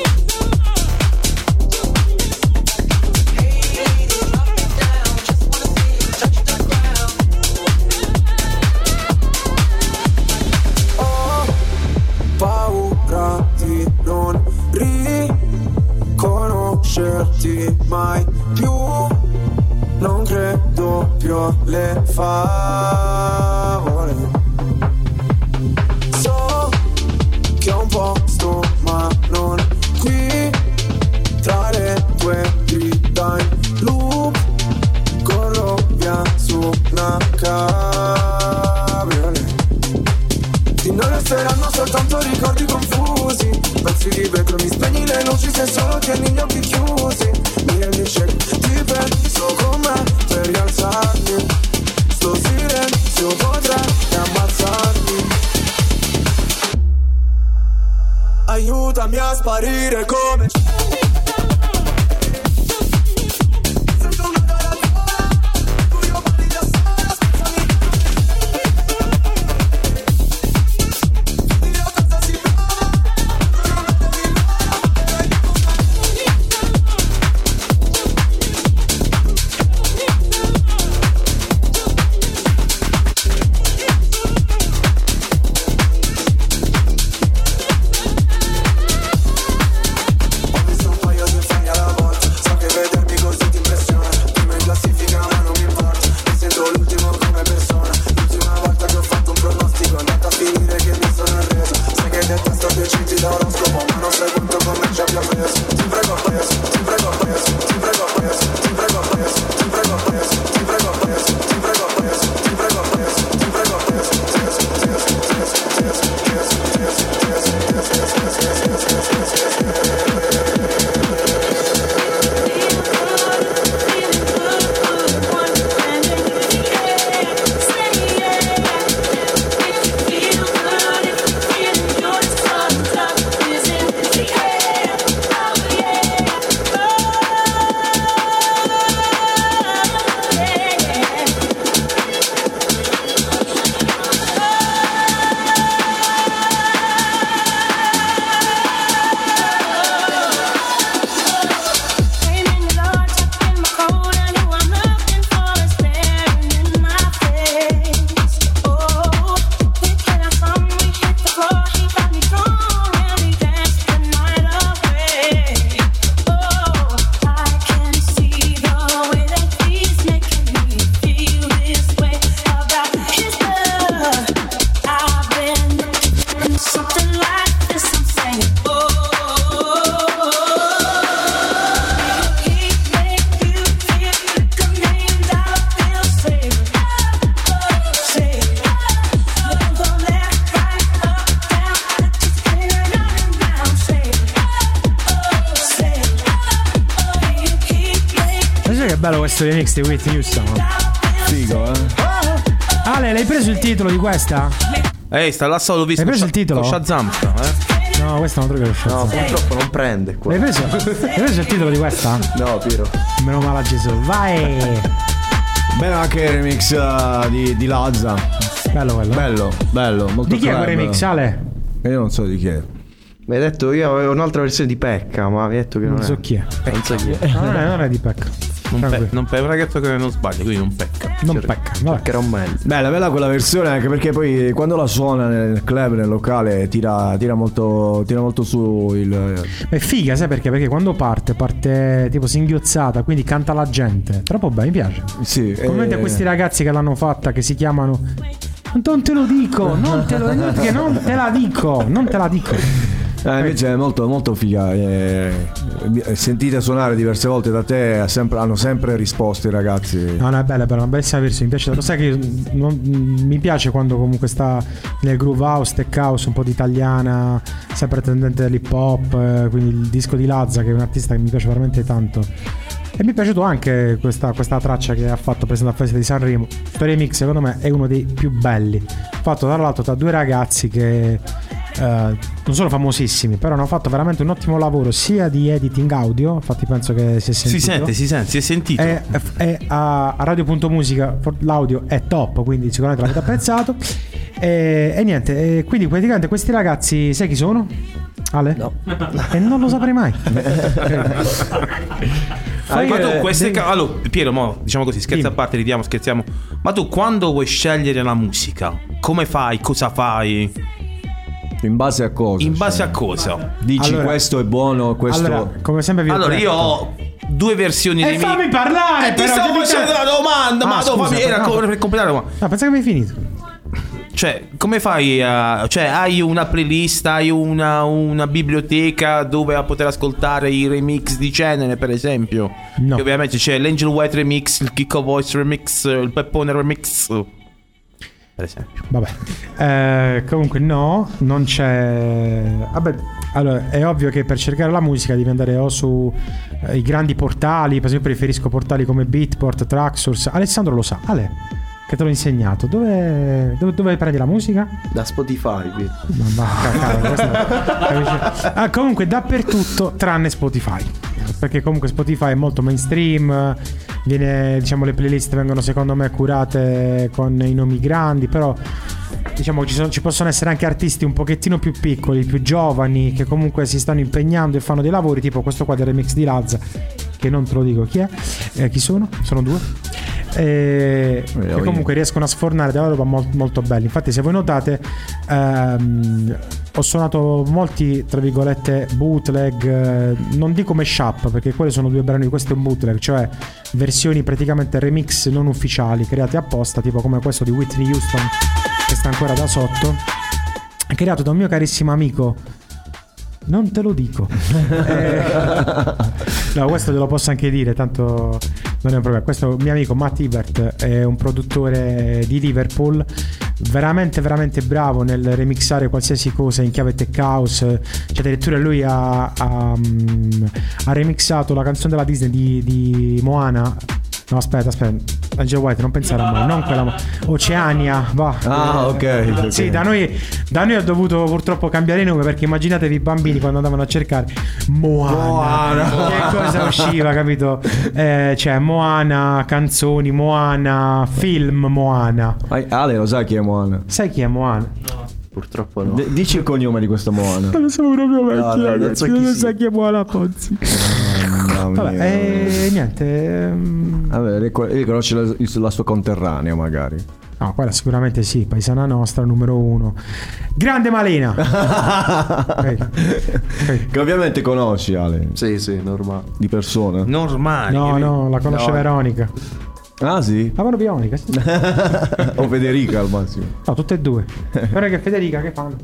Hey ladies, drop it down. Just wanna see you touch the ground. Paura di non riconoscerti mai più. Non credo più alle favole. So che ho un posto ma non qui. Tra le tue grida in loop corro via su una cabriolet. Di noi resteranno soltanto ricordi confusi. Pezzi di vetro, mi spegni le luci se solo tieni gli occhi chiusi. Mi rendi shake, ti penso con me per rialzarmi. Sto silenzio potrebbe ammazzarmi. Aiutami a sparire come Bello questo remix di Whitney Houston. Figo, eh. Ale, l'hai preso il titolo di questa? Ehi, sta là solo visto. Hai preso il titolo? Con Shazam, sta, eh? No, questa non trovo lo Shazam. No, purtroppo non prende qua. L'hai preso? Hai preso il titolo di questa? No, Piero. Meno male a Gesù. Vai! Bene anche il remix uh, di, di Lazza. Bello quello. Bello, bello, molto Di chi è quel club. remix, Ale? E io non so di chi è. Mi hai detto io avevo un'altra versione di Pecca, ma mi hai detto che non, Non è. so chi è. Non so chi è. No, non è, non è di Pecca. Non, pe- non pe- è un ragazzo che non sbaglia, quindi non pecca. Non pecca. Vabbè. Che era un meglio. Bella, bella quella versione, anche perché poi quando la suona nel club, nel locale, tira, tira molto tira molto su il... È figa, sai perché? Perché quando parte, parte tipo singhiozzata, quindi canta la gente. Troppo bene, mi piace. Sì. Commenti eh... a questi ragazzi che l'hanno fatta, che si chiamano... Non te lo dico, non te lo dico, che non te la dico, non te la dico. Eh, invece è molto, molto figa. Eh, sentite suonare diverse volte da te, sempre, hanno sempre risposto i ragazzi. No, no, è bella, è bella, una bellissima versione. Mi piace, lo sai che io non, mi piace quando comunque sta nel groove house, tech house, un po' di italiana, sempre tendente all'hip hop. Eh, quindi il disco di Lazza, che è un artista che mi piace veramente tanto. E mi è piaciuto anche questa, questa traccia che ha fatto presente al Festival di Sanremo. Questo remix secondo me è uno dei più belli, fatto tra l'altro da due ragazzi che uh, non sono famosissimi, però hanno fatto veramente un ottimo lavoro sia di editing audio. Infatti penso che si è sentito. Si sente, si sente, si è sentito. E, e a, a Radio.musica l'audio è top, quindi sicuramente l'avete apprezzato. E, e niente, e quindi praticamente questi ragazzi, sai chi sono? Ale? No. E non lo saprei mai. Ah, ma tu queste devi... ca- allora Piero, mo, diciamo così, scherzi a parte, ridiamo, scherziamo. Ma tu quando vuoi scegliere la musica, come fai? Cosa fai? In base a cosa? In base cioè? a cosa? Dici allora, questo è buono, questo... Allora, come sempre vi ho Allora detto. io ho due versioni E di fammi parlare, E ti però, stavo che mi facendo stai- la domanda, Ah, ma scusa, fammi, era no. per completare la domanda. No, pensa che mi hai finito. Cioè, come fai a... Cioè, hai una playlist, hai una, una biblioteca dove a poter ascoltare i remix di genere, per esempio? No. Che ovviamente c'è l'Angel White remix, il Kiko Voice remix, il Peppone remix, per esempio. Vabbè. Eh, comunque no, non c'è... Vabbè, allora è ovvio che per cercare la musica devi andare o su eh, i grandi portali. Per esempio preferisco portali come Beatport, Traxsource. Alessandro lo sa. Ale, che te l'ho insegnato. Dove, dove, dove prendi la musica? Da Spotify. Ma va, cavolo, questo- ah, comunque dappertutto tranne Spotify, perché comunque Spotify è molto mainstream. Viene, diciamo, le playlist vengono secondo me curate con i nomi grandi, però diciamo ci, sono, ci possono essere anche artisti un pochettino più piccoli, più giovani, che comunque si stanno impegnando e fanno dei lavori, tipo questo qua del remix di Lazza, che non te lo dico chi è, eh, chi sono, sono due, e che comunque riescono a sfornare della roba molto, molto bella. Infatti se voi notate ehm, ho suonato molti tra virgolette bootleg, eh, non dico mashup perché quelli sono due brani, questo è un bootleg, cioè versioni praticamente remix non ufficiali create apposta, tipo come questo di Whitney Houston che sta ancora da sotto, creato da un mio carissimo amico. Non te lo dico. eh, no, questo te lo posso anche dire, tanto non è un problema. Questo mio amico Matt Ebert è un produttore di Liverpool, veramente veramente bravo nel remixare qualsiasi cosa in chiave tech house. Cioè addirittura lui ha, ha, ha remixato la canzone della Disney di, di Moana. No, aspetta, aspetta. Angel White, non pensare a Moana, non quella Mo- Oceania, va. Ah, ok, ok. Sì, da noi, da noi ho dovuto purtroppo cambiare nome, perché immaginatevi i bambini quando andavano a cercare Moana, Moana. che cosa usciva, capito? Eh, cioè Moana, canzoni Moana, film Moana. Ale, lo sai chi è Moana? Sai chi è Moana? Purtroppo no. D- dici il cognome di questa Moana. Non lo so proprio vecchio, No, no, non ragazzi, so chi non sia. so chi è Moana Pozzi. Mamma Vabbè, mia. e niente. ehm, Vabbè, lei lei conosce la, la sua conterranea magari. No, quella sicuramente sì, paesana nostra, numero uno. Grande Malena. Ok. Ok. Che ovviamente conosci, Ale. Sì, sì, normale. Di persona. Normali. No, no, la conosce No. Veronica. Ah, sì? La mano bionica, sì. O Federica al massimo. No, tutte e due. Veronica e Federica che fanno?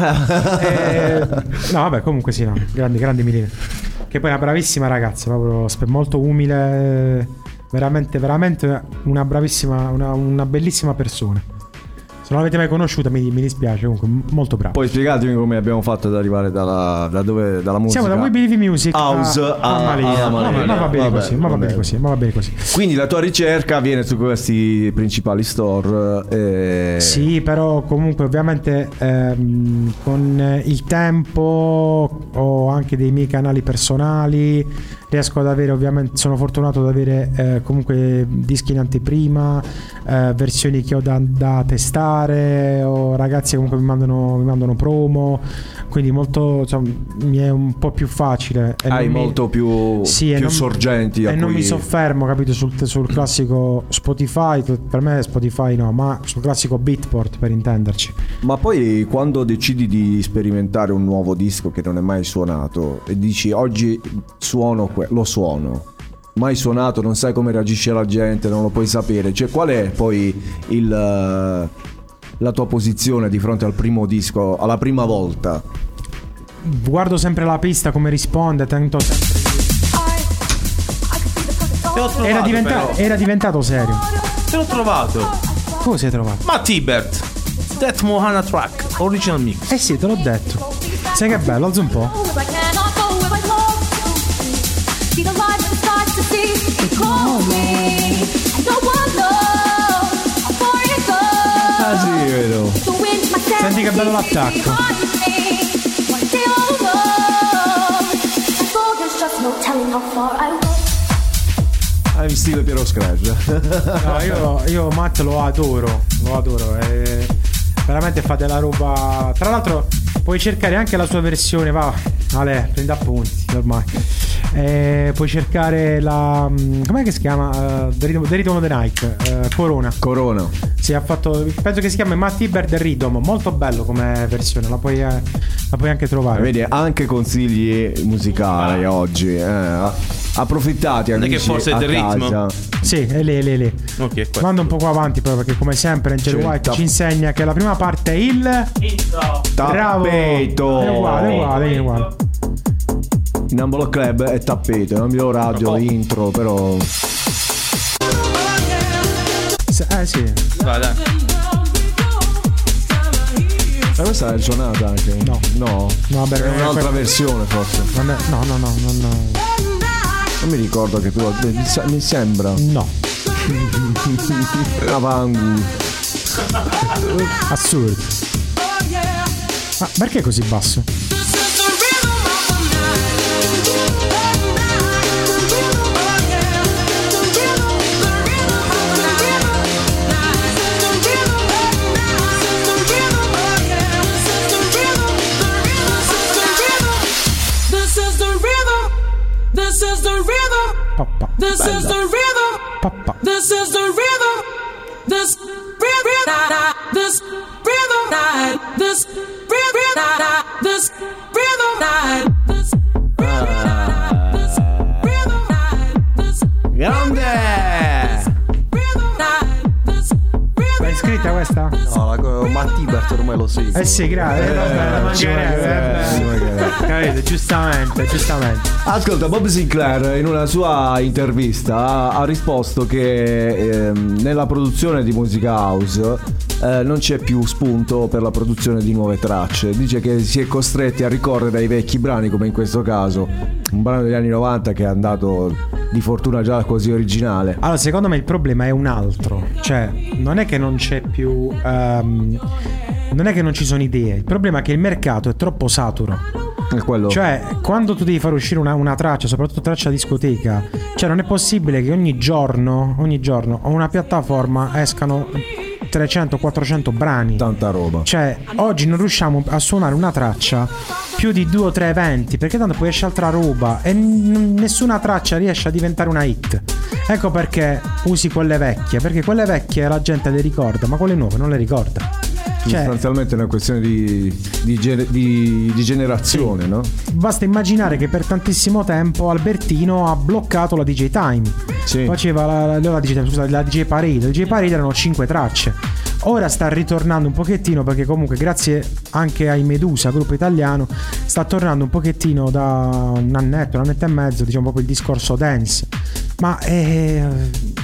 Eh, no, vabbè, comunque sì, no. Grandi, grandi Milena. Che poi è una bravissima ragazza, proprio sp- molto umile. Veramente, veramente una bravissima, una, una bellissima persona. Se non l'avete mai conosciuta mi, mi dispiace, comunque molto bravo. Poi spiegatemi come abbiamo fatto ad arrivare dalla, da dove, dalla musica. Siamo da We Believe Music House a, a, a Malia. a Malia. Ma va bene Vabbè, così, ma va bene così, ma va bene così. Quindi la tua ricerca avviene su questi principali store. E... Sì, però comunque ovviamente ehm, con il tempo ho anche dei miei canali personali, riesco ad avere, ovviamente sono fortunato ad avere eh, comunque dischi in anteprima, eh, versioni che ho da, da testare, o ragazzi che comunque mi mandano, mi mandano promo, quindi molto, insomma, mi è un po' più facile. E Hai non molto mi, più, sì, più non, sorgenti a e cui... non mi soffermo, capito, sul, sul classico Spotify, per me Spotify no, ma sul classico Beatport, per intenderci. Ma poi quando decidi di sperimentare un nuovo disco che non è mai suonato e dici oggi suono que- lo suono, mai suonato, non sai come reagisce la gente, non lo puoi sapere, cioè qual è poi il, la tua posizione di fronte al primo disco, alla prima volta? Guardo sempre la pista, come risponde, tento sempre di... era, diventa- era diventato serio. Te l'ho trovato. Come sei trovato? Ma Tibert, That Mohana Track Original Mix. Eh sì, te l'ho detto. Sai che bello, alza un po'. Ah sì, vedo. Senti che bello l'attacco. Ah, in stile Piero Scratch. No, io, io Matt lo adoro, lo adoro. E veramente fa della roba. Tra l'altro puoi cercare anche la sua versione, va, Ale, prendi appunti ormai. E puoi cercare la, com'è che si chiama? Uh, The Rhythm, The Rhythm of the Night, uh, Corona. Corona. Sì, ha fatto, penso che si chiami Matt Tibber The Rhythm, molto bello come versione, la puoi, eh, la puoi anche trovare. Vedi, anche consigli musicali ah. oggi, eh. Approfittate, amici, che forse è a The Rhythm? casa. Sì, è lì, è lì, è lì. Okay, mando un po' qua avanti però, perché come sempre Angelo C'è White tap- ci insegna che la prima parte è il bravo. Tappeto. È uguale, è uguale, è uguale. In Ambolo Club è tappeto, non vi ho radio oh. intro, però. Eh sì. Vai, dai. Ma questa è suonata anche? No. No. No, vabbè, è un'altra quella... versione forse. Non è... No, no, no, no, no. Non mi ricordo che tu mi sembra. No. Avanti. Assurdo. Ma perché è così basso? This is the rhythm. Papa. This Bella. is the rhythm. Papa. This is the rhythm. This rhythm. This rhythm. This rhythm. This rhythm. This rhythm. Grande! L'hai scritta questa? No, la co- Matt Tibert ormai lo seguo. Eh sì, grazie. Capite, giustamente, giustamente. Ascolta, Bob Sinclair in una sua intervista ha, ha risposto che ehm, nella produzione di musica house eh, non c'è più spunto per la produzione di nuove tracce. Dice che si è costretti a ricorrere ai vecchi brani, come in questo caso un brano degli anni novanta che è andato di fortuna già così originale. Allora, secondo me il problema è un altro. Cioè, non è che non c'è più um, non è che non ci sono idee. Il problema è che il mercato è troppo saturo. È quello. Cioè, quando tu devi far uscire una, una traccia, soprattutto traccia discoteca, cioè non è possibile che ogni giorno ogni giorno a una piattaforma escano trecento quattrocento brani. Tanta roba. Cioè, oggi non riusciamo a suonare una traccia più di due o tre eventi, perché tanto poi esce altra roba e n- nessuna traccia riesce a diventare una hit. Ecco perché usi quelle vecchie, perché quelle vecchie la gente le ricorda, ma quelle nuove non le ricorda. Cioè, sostanzialmente è una questione di, di, ge- di, di generazione, sì. No? Basta immaginare che per tantissimo tempo Albertino ha bloccato la D J Time. Sì. Faceva la, la, la, D J, scusate, la D J Parade. La D J Parade erano cinque tracce. Ora sta ritornando un pochettino, perché comunque grazie anche ai Medusa, gruppo italiano, sta tornando un pochettino da un annetto, un annetto e mezzo, diciamo proprio il discorso dance. Ma eh,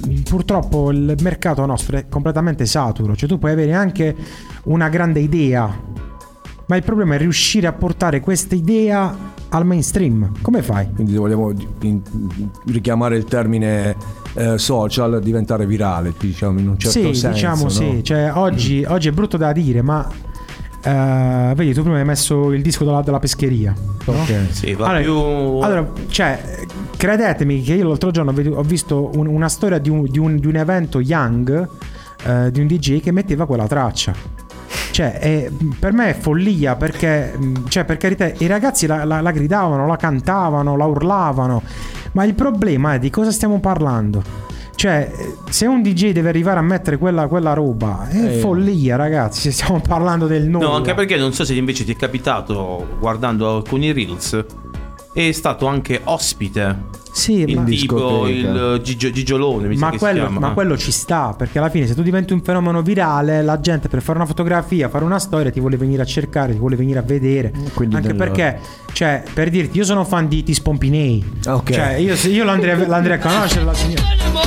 purtroppo il mercato nostro è completamente saturo. Cioè tu puoi avere anche una grande idea, ma il problema è riuscire a portare questa idea al mainstream. Come fai? Quindi vogliamo in- richiamare il termine eh, social, diventare virale, diciamo, in un certo sì, senso. diciamo no? sì. Cioè oggi, oggi è brutto da dire, ma eh, vedi, tu prima hai messo il disco della, della pescheria, no? Ok. Sì, va Allora, più... allora, cioè, credetemi che io l'altro giorno ho ved- ho visto un- una storia di un, di, un, di un evento Young, eh, di un D J che metteva quella traccia. Cioè, è- per me è follia, perché, mh, cioè, per carità, i ragazzi la, la- la gridavano, la cantavano, la urlavano, ma il problema è di cosa stiamo parlando. Cioè, se un D J deve arrivare a mettere quella, quella roba, è Eh. follia, ragazzi. Stiamo parlando del nulla. No, anche perché non so se invece ti è capitato, guardando alcuni reels, è stato anche ospite. Sì, il ma- tipo discoteca. il Gigio, Gigiolone, mi sa Ma che quello, si chiama. ma quello ci sta, perché alla fine se tu diventi un fenomeno virale, la gente per fare una fotografia, fare una storia ti vuole venire a cercare, ti vuole venire a vedere. Quindi Anche del- perché, cioè, per dirti, io sono fan di, di Spompinei. Ok. Cioè, io, io l'andrei, l'andrei a conoscere la signora.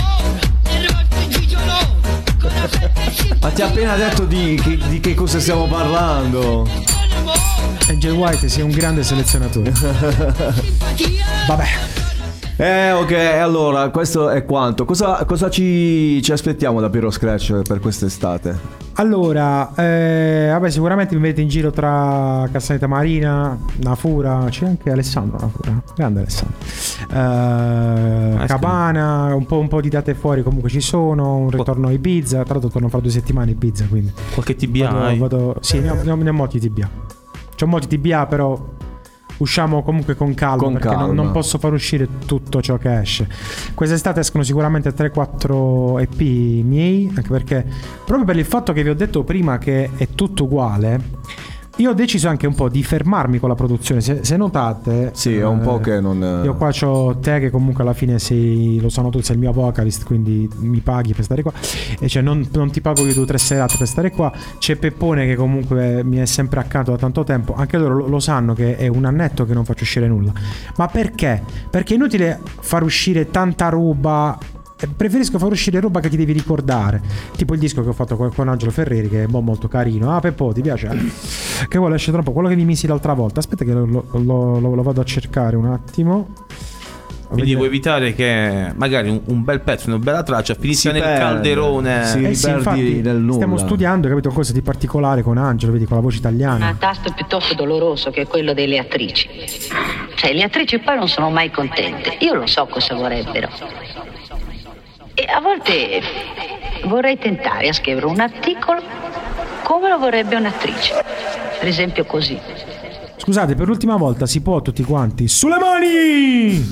Ma ti ha appena detto di che, di che cosa stiamo parlando? Angel White, sei un grande selezionatore. Vabbè. Eh ok, allora questo è quanto. Cosa, cosa ci, ci aspettiamo da Piero Scratch per quest'estate? Allora, eh, vabbè, sicuramente mi vedete in giro tra Castaneta Marina, Nafura, c'è anche Alessandro Nafura, grande Alessandro. Eh, Cabana, un po', un po' di date fuori comunque ci sono, un ritorno a Ibiza, tra l'altro torno fra due settimane a Ibiza, quindi Qualche T B A vado, hai? vado, sì, ne ho, ne ho, ne ho molti T B A. C'ho molti T B A, però usciamo comunque con calma, Con perché non- calma. Non, posso far uscire tutto ciò che esce. Quest'estate escono sicuramente tre quattro E P miei, anche perché proprio per il fatto che vi ho detto prima che è tutto uguale, io ho deciso anche un po' di fermarmi con la produzione. Se, se notate, Sì, è un po' che non... io qua c'ho te che comunque alla fine sei, lo sanno tutti, sei il mio vocalist, quindi mi paghi per stare qua. E cioè non, non ti pago io due o tre serate per stare qua. C'è Peppone che comunque mi è sempre accanto da tanto tempo. Anche loro lo, lo sanno che è un annetto che non faccio uscire nulla. Ma perché? Perché è inutile far uscire tanta roba. Eh, Preferisco far uscire roba che ti devi ricordare. Tipo il disco che ho fatto con, con Angelo Ferreri, che è mo- molto carino. Ah, Peppo, ti piace? Che quello esce tra un po'. Quello che vi misi l'altra volta. Aspetta che lo, lo- lo- lo- lo vado a cercare un attimo. Quindi vuoi evitare che magari un, un bel pezzo, una bella traccia finisca Si nel perde, calderone. si Eh sì, riperdi infatti, nel nulla. stiamo studiando, capito, cosa di particolare con Angelo, vedi, con la voce italiana. Un tasto piuttosto doloroso che quello delle attrici. Cioè, le attrici poi non sono mai contente. Io lo so cosa vorrebbero. E a volte vorrei tentare a scrivere un articolo come lo vorrebbe un'attrice. Per esempio così. Scusate, per l'ultima volta si può tutti quanti sulle mani!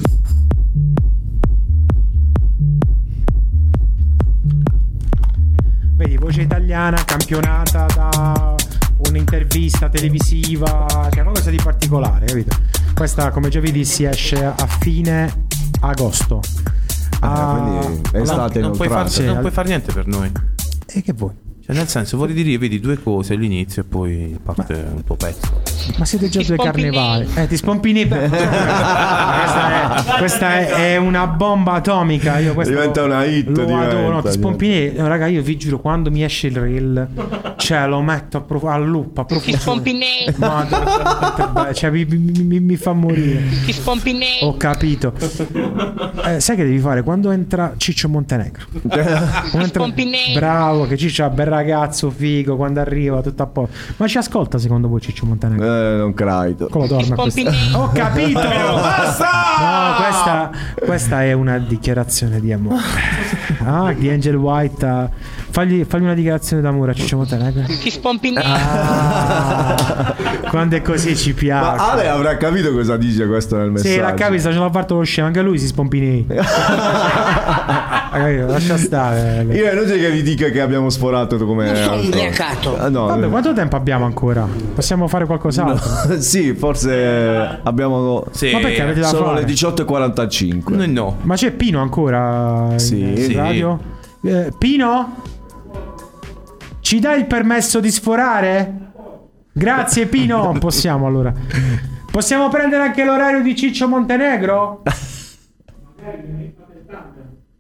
Vedi, voce italiana campionata da un'intervista televisiva, cioè qualcosa di particolare, capito? Questa, come già vi dissi, esce a fine agosto. Ah, quindi è estate non, puoi far, Sì, non al- puoi fare niente per noi. E che vuoi? Cioè, nel senso, vorrei dire, vedi due cose all'inizio e poi parte un tuo pezzo. Ma siete già Ti due spompini. carnevali. Eh, ti spompini. Beh, questa è, questa è, è una bomba atomica. Io questo Diventa una hit, Lo diventa, adoro. No, ti diventa. spompini. No, raga, io vi giuro, quando mi esce il reel, cioè lo metto a, prof- a loop, a Ti profusione. spompinei. Madonna, cioè mi, mi- mi- mi fa morire. Ti spompinei. Ho capito. Eh, sai che devi fare quando entra Ciccio Montenegro? Quando entra- Spompinei. Bravo, che Ciccio è un bel ragazzo figo, quando arriva tutto a posto. Ma ci ascolta secondo voi Ciccio Montenegro? Eh, non credo. Come dorme a questa- Spompinei. Ho capito. Basta. No, questa, questa è una dichiarazione di amore. Ah, di Angel White. a- Fagli, fagli una dichiarazione d'amore a Ciccio Montenegro. Ti spompinei. Ah, quando è così ci Ma piace. Ale avrà capito cosa dice questo nel messaggio. Sì, l'ha capito, ce l'ha fatto lo scemo. Anche lui si spompinei. Ha capito? Lascia stare. Io è inutile che vi dica che abbiamo sforato come ubriacato. Ah, no, Vabbè, quanto tempo abbiamo ancora? Possiamo fare qualcos'altro? no. Sì, forse abbiamo Sì. Ma perché avete da sono fare? le diciotto e quarantacinque. Noi no. Ma c'è Pino ancora in, Sì. in Sì. radio? Eh, Pino? Ci dai il permesso di sforare? Grazie Pino. Non possiamo allora. Possiamo prendere anche l'orario di Ciccio Montenegro?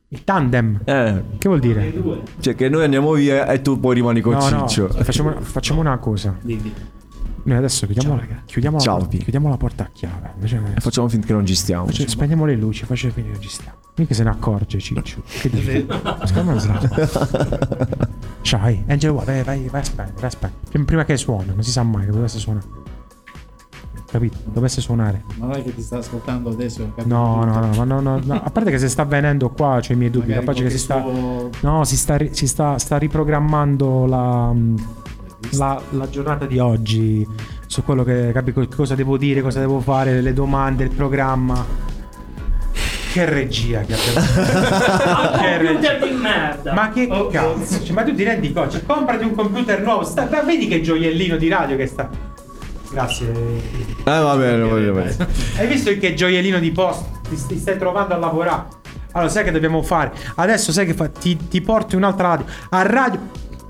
Il tandem. Eh. Che vuol dire? Cioè che noi andiamo via e tu poi rimani con No, no, Ciccio. facciamo, facciamo una cosa. Noi adesso chiudiamo, chiudiamo, Ciao, la, Pi. chiudiamo la porta a chiave. Invece- E facciamo finta che non ci stiamo. Faccio- spegniamo le luci, faccio finire che ci stiamo. Mica se ne accorge Ciccio. Che dici? Secondo me non sarà. Ciao, vai, Angelo, vai, vai, vai a spegnere, vai a spegnere. Prima- Prima che suona, non si sa mai che dovesse suonare. Capito? Dovesse suonare. Ma non è che ti sta ascoltando adesso? ho capito No, tutto. no, no, ma no, no, no. A parte che se sta venendo qua c'ho i miei dubbi. Magari Capace che si sta. qualche No, si sta, ri- si sta, sta riprogrammando la, la, la giornata di oggi. Su quello che capi cosa devo dire, cosa devo fare, le domande, il programma. Che regia che abbiamo. Che regia. Computer di merda. Ma che cazzo? Cioè, ma tu ti rendi conto? Cioè, comprati un computer nuovo. Sta, ma vedi che gioiellino di radio che sta. Grazie. Eh va bene, va bene. Hai visto che gioiellino di post? Ti, ti stai trovando a lavorare. Allora, sai che dobbiamo fare? Adesso sai che fa? Ti, ti porti un'altra radio. A radio.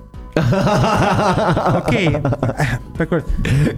Ok. Eh, per quello-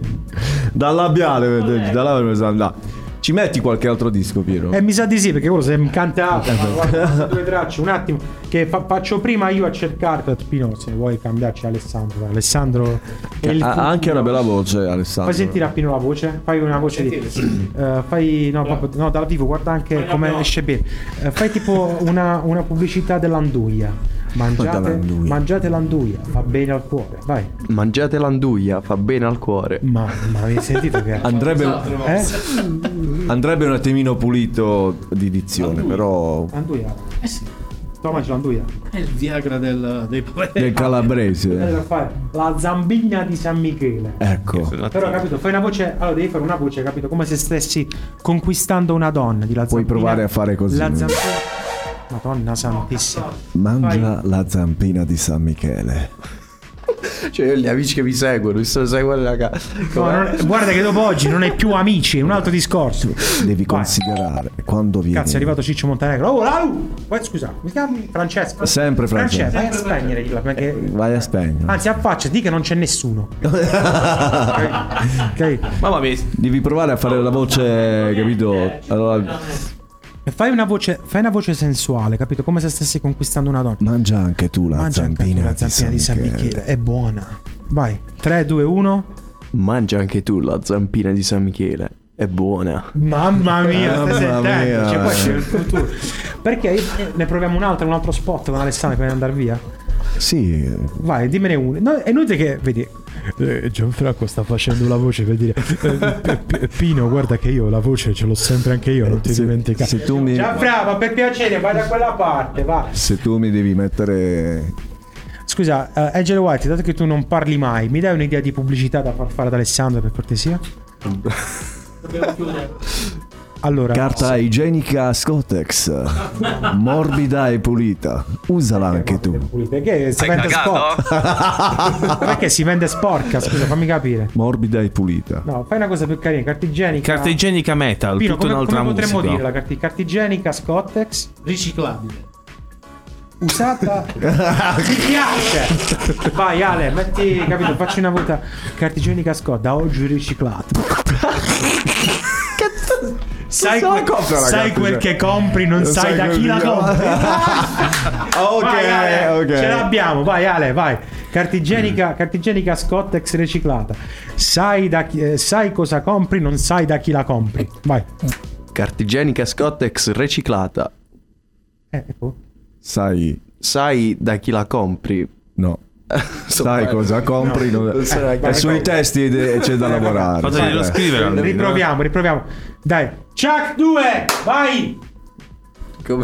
Dal labiale, vedete, dal labiale bisogna andare. Ci metti qualche altro disco, Piero? Eh, mi sa di sì, perché quello si è cantato. Ma guarda, due tracce, un attimo. Che fa- faccio prima io a cercare. Pino, se vuoi cambiarci Alessandro. dai. Alessandro è il Ha futuro. anche una bella voce, Alessandro. Fai sentire a Pino la voce. Fai una voce di. eh, fai. No, proprio- no, dal vivo, guarda anche come esce bene. Eh, fai tipo una, una pubblicità dell'anduia. Mangiate, Dell'anduia. mangiate l'anduia, fa bene al cuore. Vai. Mangiate l'anduia, fa bene al cuore. Ma, ma avete sentito che. Andrebbe, Eh? andrebbe un attimino pulito di dizione, però Anduia. Eh sì, Tu mangi l'anduia. è il Viagra del, dei poveri. del calabrese. Allora fai la zambigna di San Michele. Ecco. Però capito, fai una voce. Allora devi fare una voce, capito? Come se stessi conquistando una donna di la Puoi zampina. provare a fare così. La zampina. Madonna santissima. Mangia la zampina di San Michele. Cioè, io ho gli amici che mi seguono, mi sto seguendo la ca- No, non- guarda che dopo oggi non hai più amici, è un altro discorso. Devi Vai. considerare quando vieni. Cazzo, è arrivato Ciccio Montenegro. Oh, Lau! Poi, scusa, mi chiami Francesco? Sempre Francesco. Vai a spegnere il- perché- Vai a spegnere. Anzi, affaccia, di che non c'è nessuno. Ok? Ok. Mamma mia. Devi provare a fare la voce, capito? Allora, E Fai una voce, fai una voce sensuale, capito? Come se stessi conquistando una donna. mangia anche tu la Mangia anche tu zampina, la zampina di San Michele, è buona. Vai, tre, due, uno. Mangia anche tu la zampina di San Michele. È buona. Mamma mia, Mamma stai sentendo? mia. Cioè, poi c'è il futuro. Perché eh, ne proviamo un altro, un altro spot con Alessandro prima di andare via? Sì. Vai, dimmene uno. No, è inutile che, vedi, eh, Gianfranco sta facendo la voce per dire eh, P- P- Pino, guarda che io la voce ce l'ho sempre anche io, non ti Se- dimenticare. se tu mi- Gianfranco, per piacere, vai da quella parte, va. Se tu mi devi mettere... Scusa, uh, Angelo White, dato che tu non parli mai, mi dai un'idea di pubblicità da far fare ad Alessandro, per cortesia? Dobbiamo chiudere. Allora, Carta igienica Scottex, morbida e pulita. Usala anche tu. perché si vende sporca? Perché si vende sporca? Scusa, fammi capire. Morbida e pulita. No, fai una cosa più carina, carta igienica. Carta igienica metal, Pino, tutta come, un'altra come potremmo musica. dire la carta, carta igienica Scottex Riciclabile. usata. Mi piace. Vai Ale, metti, capito, facci una volta carta igienica Scott da oggi riciclata. Sai, Cosa que- compra la sai carta quel igienica? che compri, non Non sai sai da quel chi la che- compri. Ok, Vai, Ale, ok. ce l'abbiamo, vai Ale, vai. Carta igienica, carta igienica Scottex riciclata. Sai, da chi- eh, sai cosa compri, non sai da chi la compri. Vai. Carta igienica Scottex riciclata. Eh, e poi? Sai... Sai da chi la compri? No. Sai cosa compri? No. non- Non sai E che- sui testi de- c'è da lavorare. Fateli Sì. scrivere almeno. Riproviamo, riproviamo. Dai. Chuck due, vai. Come...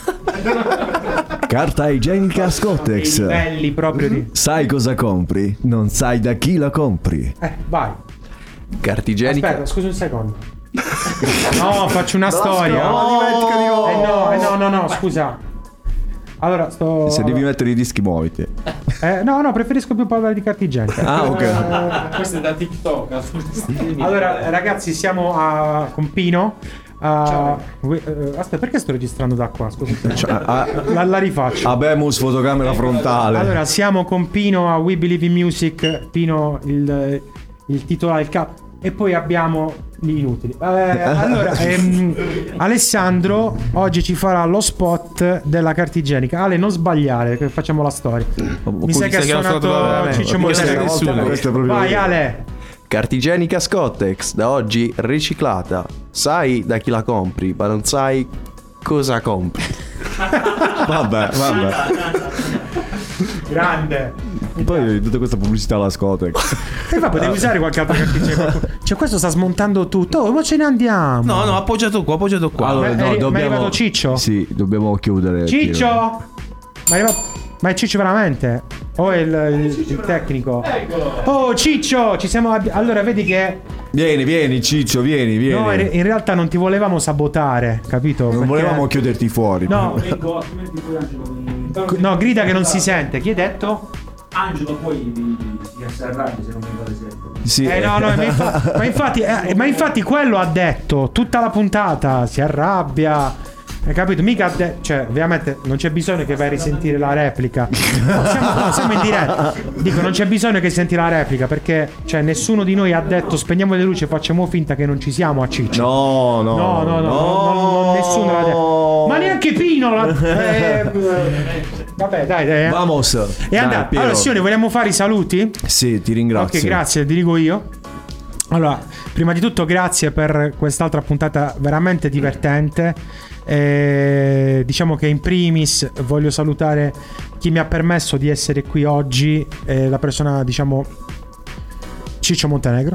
Carta igienica I Scottex. livelli proprio di. Sai cosa compri? Non sai da chi la compri. Eh, vai. Carta igienica. Aspetta, scusa un secondo. No, faccio una storia. no, Eh no, eh no, no, no, scusa. Allora, sto. Se devi mettere i dischi, muoviti. Eh, no, no, preferisco più parlare di carta igienica. Ah, ok. Eh, Questo è da TikTok. allora, ragazzi, siamo a con Pino. a- we- eh, aspetta, perché sto registrando da qua? Scusa. Cioè, a- La, la rifaccio. Abemus fotocamera frontale. Allora, siamo con Pino a We Believe in Music. Pino, il, il titolare, il capo. E poi abbiamo Gli inutili. Eh, allora, ehm, Alessandro oggi ci farà lo spot della carta igienica. Ale, non sbagliare, che facciamo la storia. Mi sa che ha suonato Ciccio Montenegro. Vai Ale. Carta igienica Scottex, da oggi riciclata. Sai da chi la compri, ma non sai cosa compri. Vabbè, vabbè. Grande. Poi tutta questa pubblicità alla Scotex. E va, potevi usare qualche altra carta igienica. Cioè, questo sta smontando tutto. Oh, ma ce ne andiamo. No, no, appoggiato qua, appoggiato qua. Allora, ma, no, è, dobbiamo... ma è arrivato Ciccio? Sì, dobbiamo chiudere. Ciccio! Ma è, arrivato... ma è Ciccio veramente? O è il, il, il tecnico? Eccolo. Oh, Ciccio! Ci siamo. Allora, vedi che. Vieni, vieni, Ciccio, vieni, vieni. No, in realtà non ti volevamo sabotare, capito? Non Perché... volevamo chiuderti fuori. No. No, grida che non si sente. Chi hai detto? Angelo poi si arrabbia se non mi pare sempre. Sì. Eh no, no, ma infatti, ma infatti, eh, ma infatti quello ha detto tutta la puntata, si arrabbia. Hai capito? Mica ha detto, cioè, ovviamente non c'è bisogno che vai a risentire la replica. No, siamo, no, siamo in diretta. Dico, non c'è bisogno che senti la replica, perché cioè nessuno di noi ha detto spegniamo le luci e facciamo finta che non ci siamo a Ciccio. No, no. No, no, no, no, no, no, no nessuno l'ha detto. Ma neanche Pino l'ha eh, vabbè, dai, dai. Eh. Vamos. E andate. Allora, signori, vogliamo fare i saluti? Sì, ti ringrazio. Ok, grazie, ti dico io. Allora, prima di tutto grazie per quest'altra puntata veramente divertente. Eh, diciamo che in primis voglio salutare chi mi ha permesso di essere qui oggi, eh, la persona, diciamo, Ciccio Montenegro.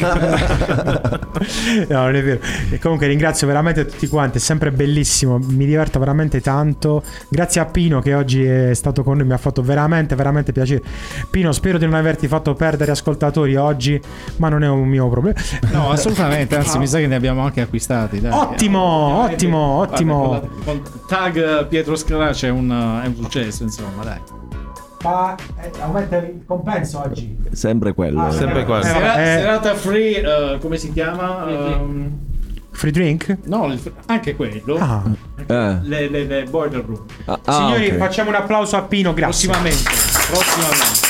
No, non è vero. E comunque ringrazio veramente tutti quanti, è sempre bellissimo, mi diverto veramente tanto. Grazie a Pino che oggi è stato con noi, mi ha fatto veramente veramente piacere. Pino, spero di non averti fatto perdere ascoltatori oggi, ma non è un mio problema. No, assolutamente, anzi mi sa che ne abbiamo anche acquistati, dai. Ottimo, ottimo, ottimo. Guarda, con, con tag Pietro Scarace è un, è un successo, insomma, dai. Ma eh, aumenta il compenso oggi. Sempre quello. Ah, sempre quello. Sera, eh. Serata free, uh, come si chiama? Um, Free drink? no, il, anche quello. Ah. Eh. Le, le, le boiler room. Ah, Signori, okay. facciamo un applauso a Pino, grazie. Prossimamente. Prossimamente.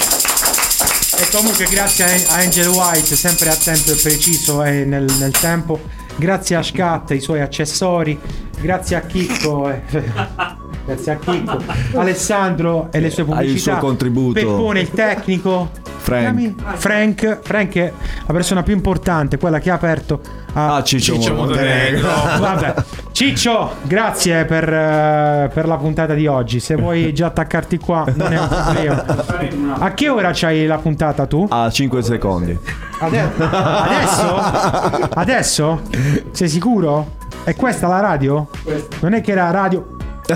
E comunque grazie a Angel White, sempre a tempo e preciso e nel, nel tempo. Grazie a Scat e i suoi accessori. Grazie a Chicco. E... grazie a Chicco. Alessandro e le sue pubblicità. Hai il suo contributo. Peppone, il tecnico. Frank. Frank. Frank è la persona più importante, quella che ha aperto a Ah, Ciccio, Ciccio Montenegro. Vabbè. Ciccio, grazie per, uh, per la puntata di oggi. Se vuoi già attaccarti qua, non è un problema. A che ora c'hai la puntata tu? A cinque secondi. Ade- adesso? Adesso? Sei sicuro? È questa la radio? Non è che era radio. No.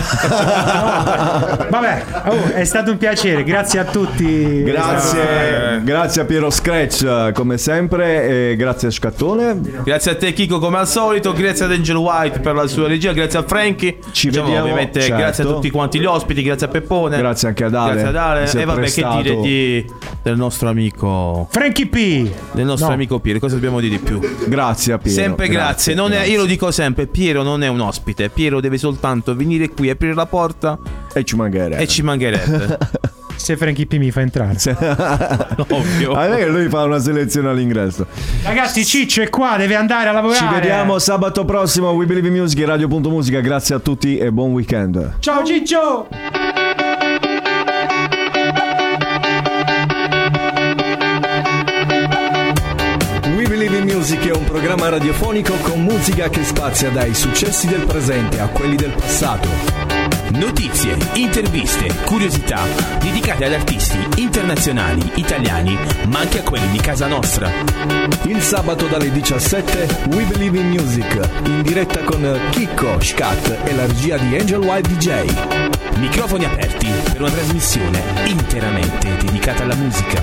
Vabbè, oh, è stato un piacere, grazie a tutti. Grazie, grazie a Piero Scratch come sempre e grazie a Scattone. Grazie a te Kiko come al solito, grazie ad Angel White per la sua regia, grazie a Frankie. Ci diciamo, vediamo, ovviamente certo. grazie a tutti quanti gli ospiti, grazie a Peppone. Grazie anche ad Ale. Grazie ad Ale. Si è E vabbè, prestato. che dire di, del nostro amico Frankie P. Del nostro No. amico Piero, cosa dobbiamo dire di più? Grazie a Piero. Sempre grazie, non È, io lo dico sempre, Piero non è un ospite, Piero deve soltanto venire qui, aprire la porta E ci mancherebbe. e ci mancherebbe. Se Frankie P mi fa entrare. Ovvio. Ah, è che lui fa una selezione all'ingresso. Ragazzi, Ciccio è qua, deve andare a lavorare. Ci vediamo sabato prossimo a We Believe in Music e Radio Punto Musica. Grazie a tutti e buon weekend. Ciao Ciccio. We Believe in Music è un programma radiofonico con musica che spazia dai successi del presente a quelli del passato. Notizie, interviste, curiosità dedicate ad artisti internazionali, italiani, ma anche a quelli di casa nostra. Il sabato dalle diciassette We Believe in Music, in diretta con Chicco, Scat e la regia di Angel White D J. Microfoni aperti per una trasmissione interamente dedicata alla musica.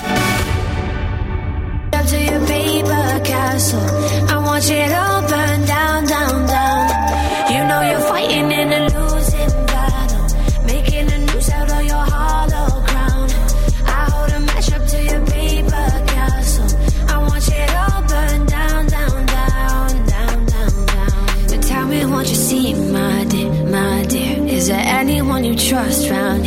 Up to your paper castle, I want you to burn down, down, down. You know you're fighting in a losing battle, making a noose out of your hollow crown. I hold a match up to your paper castle. I want you to burn down, down, down, down, down, down. But tell me what you see, my dear, my dear. Is there anyone you trust round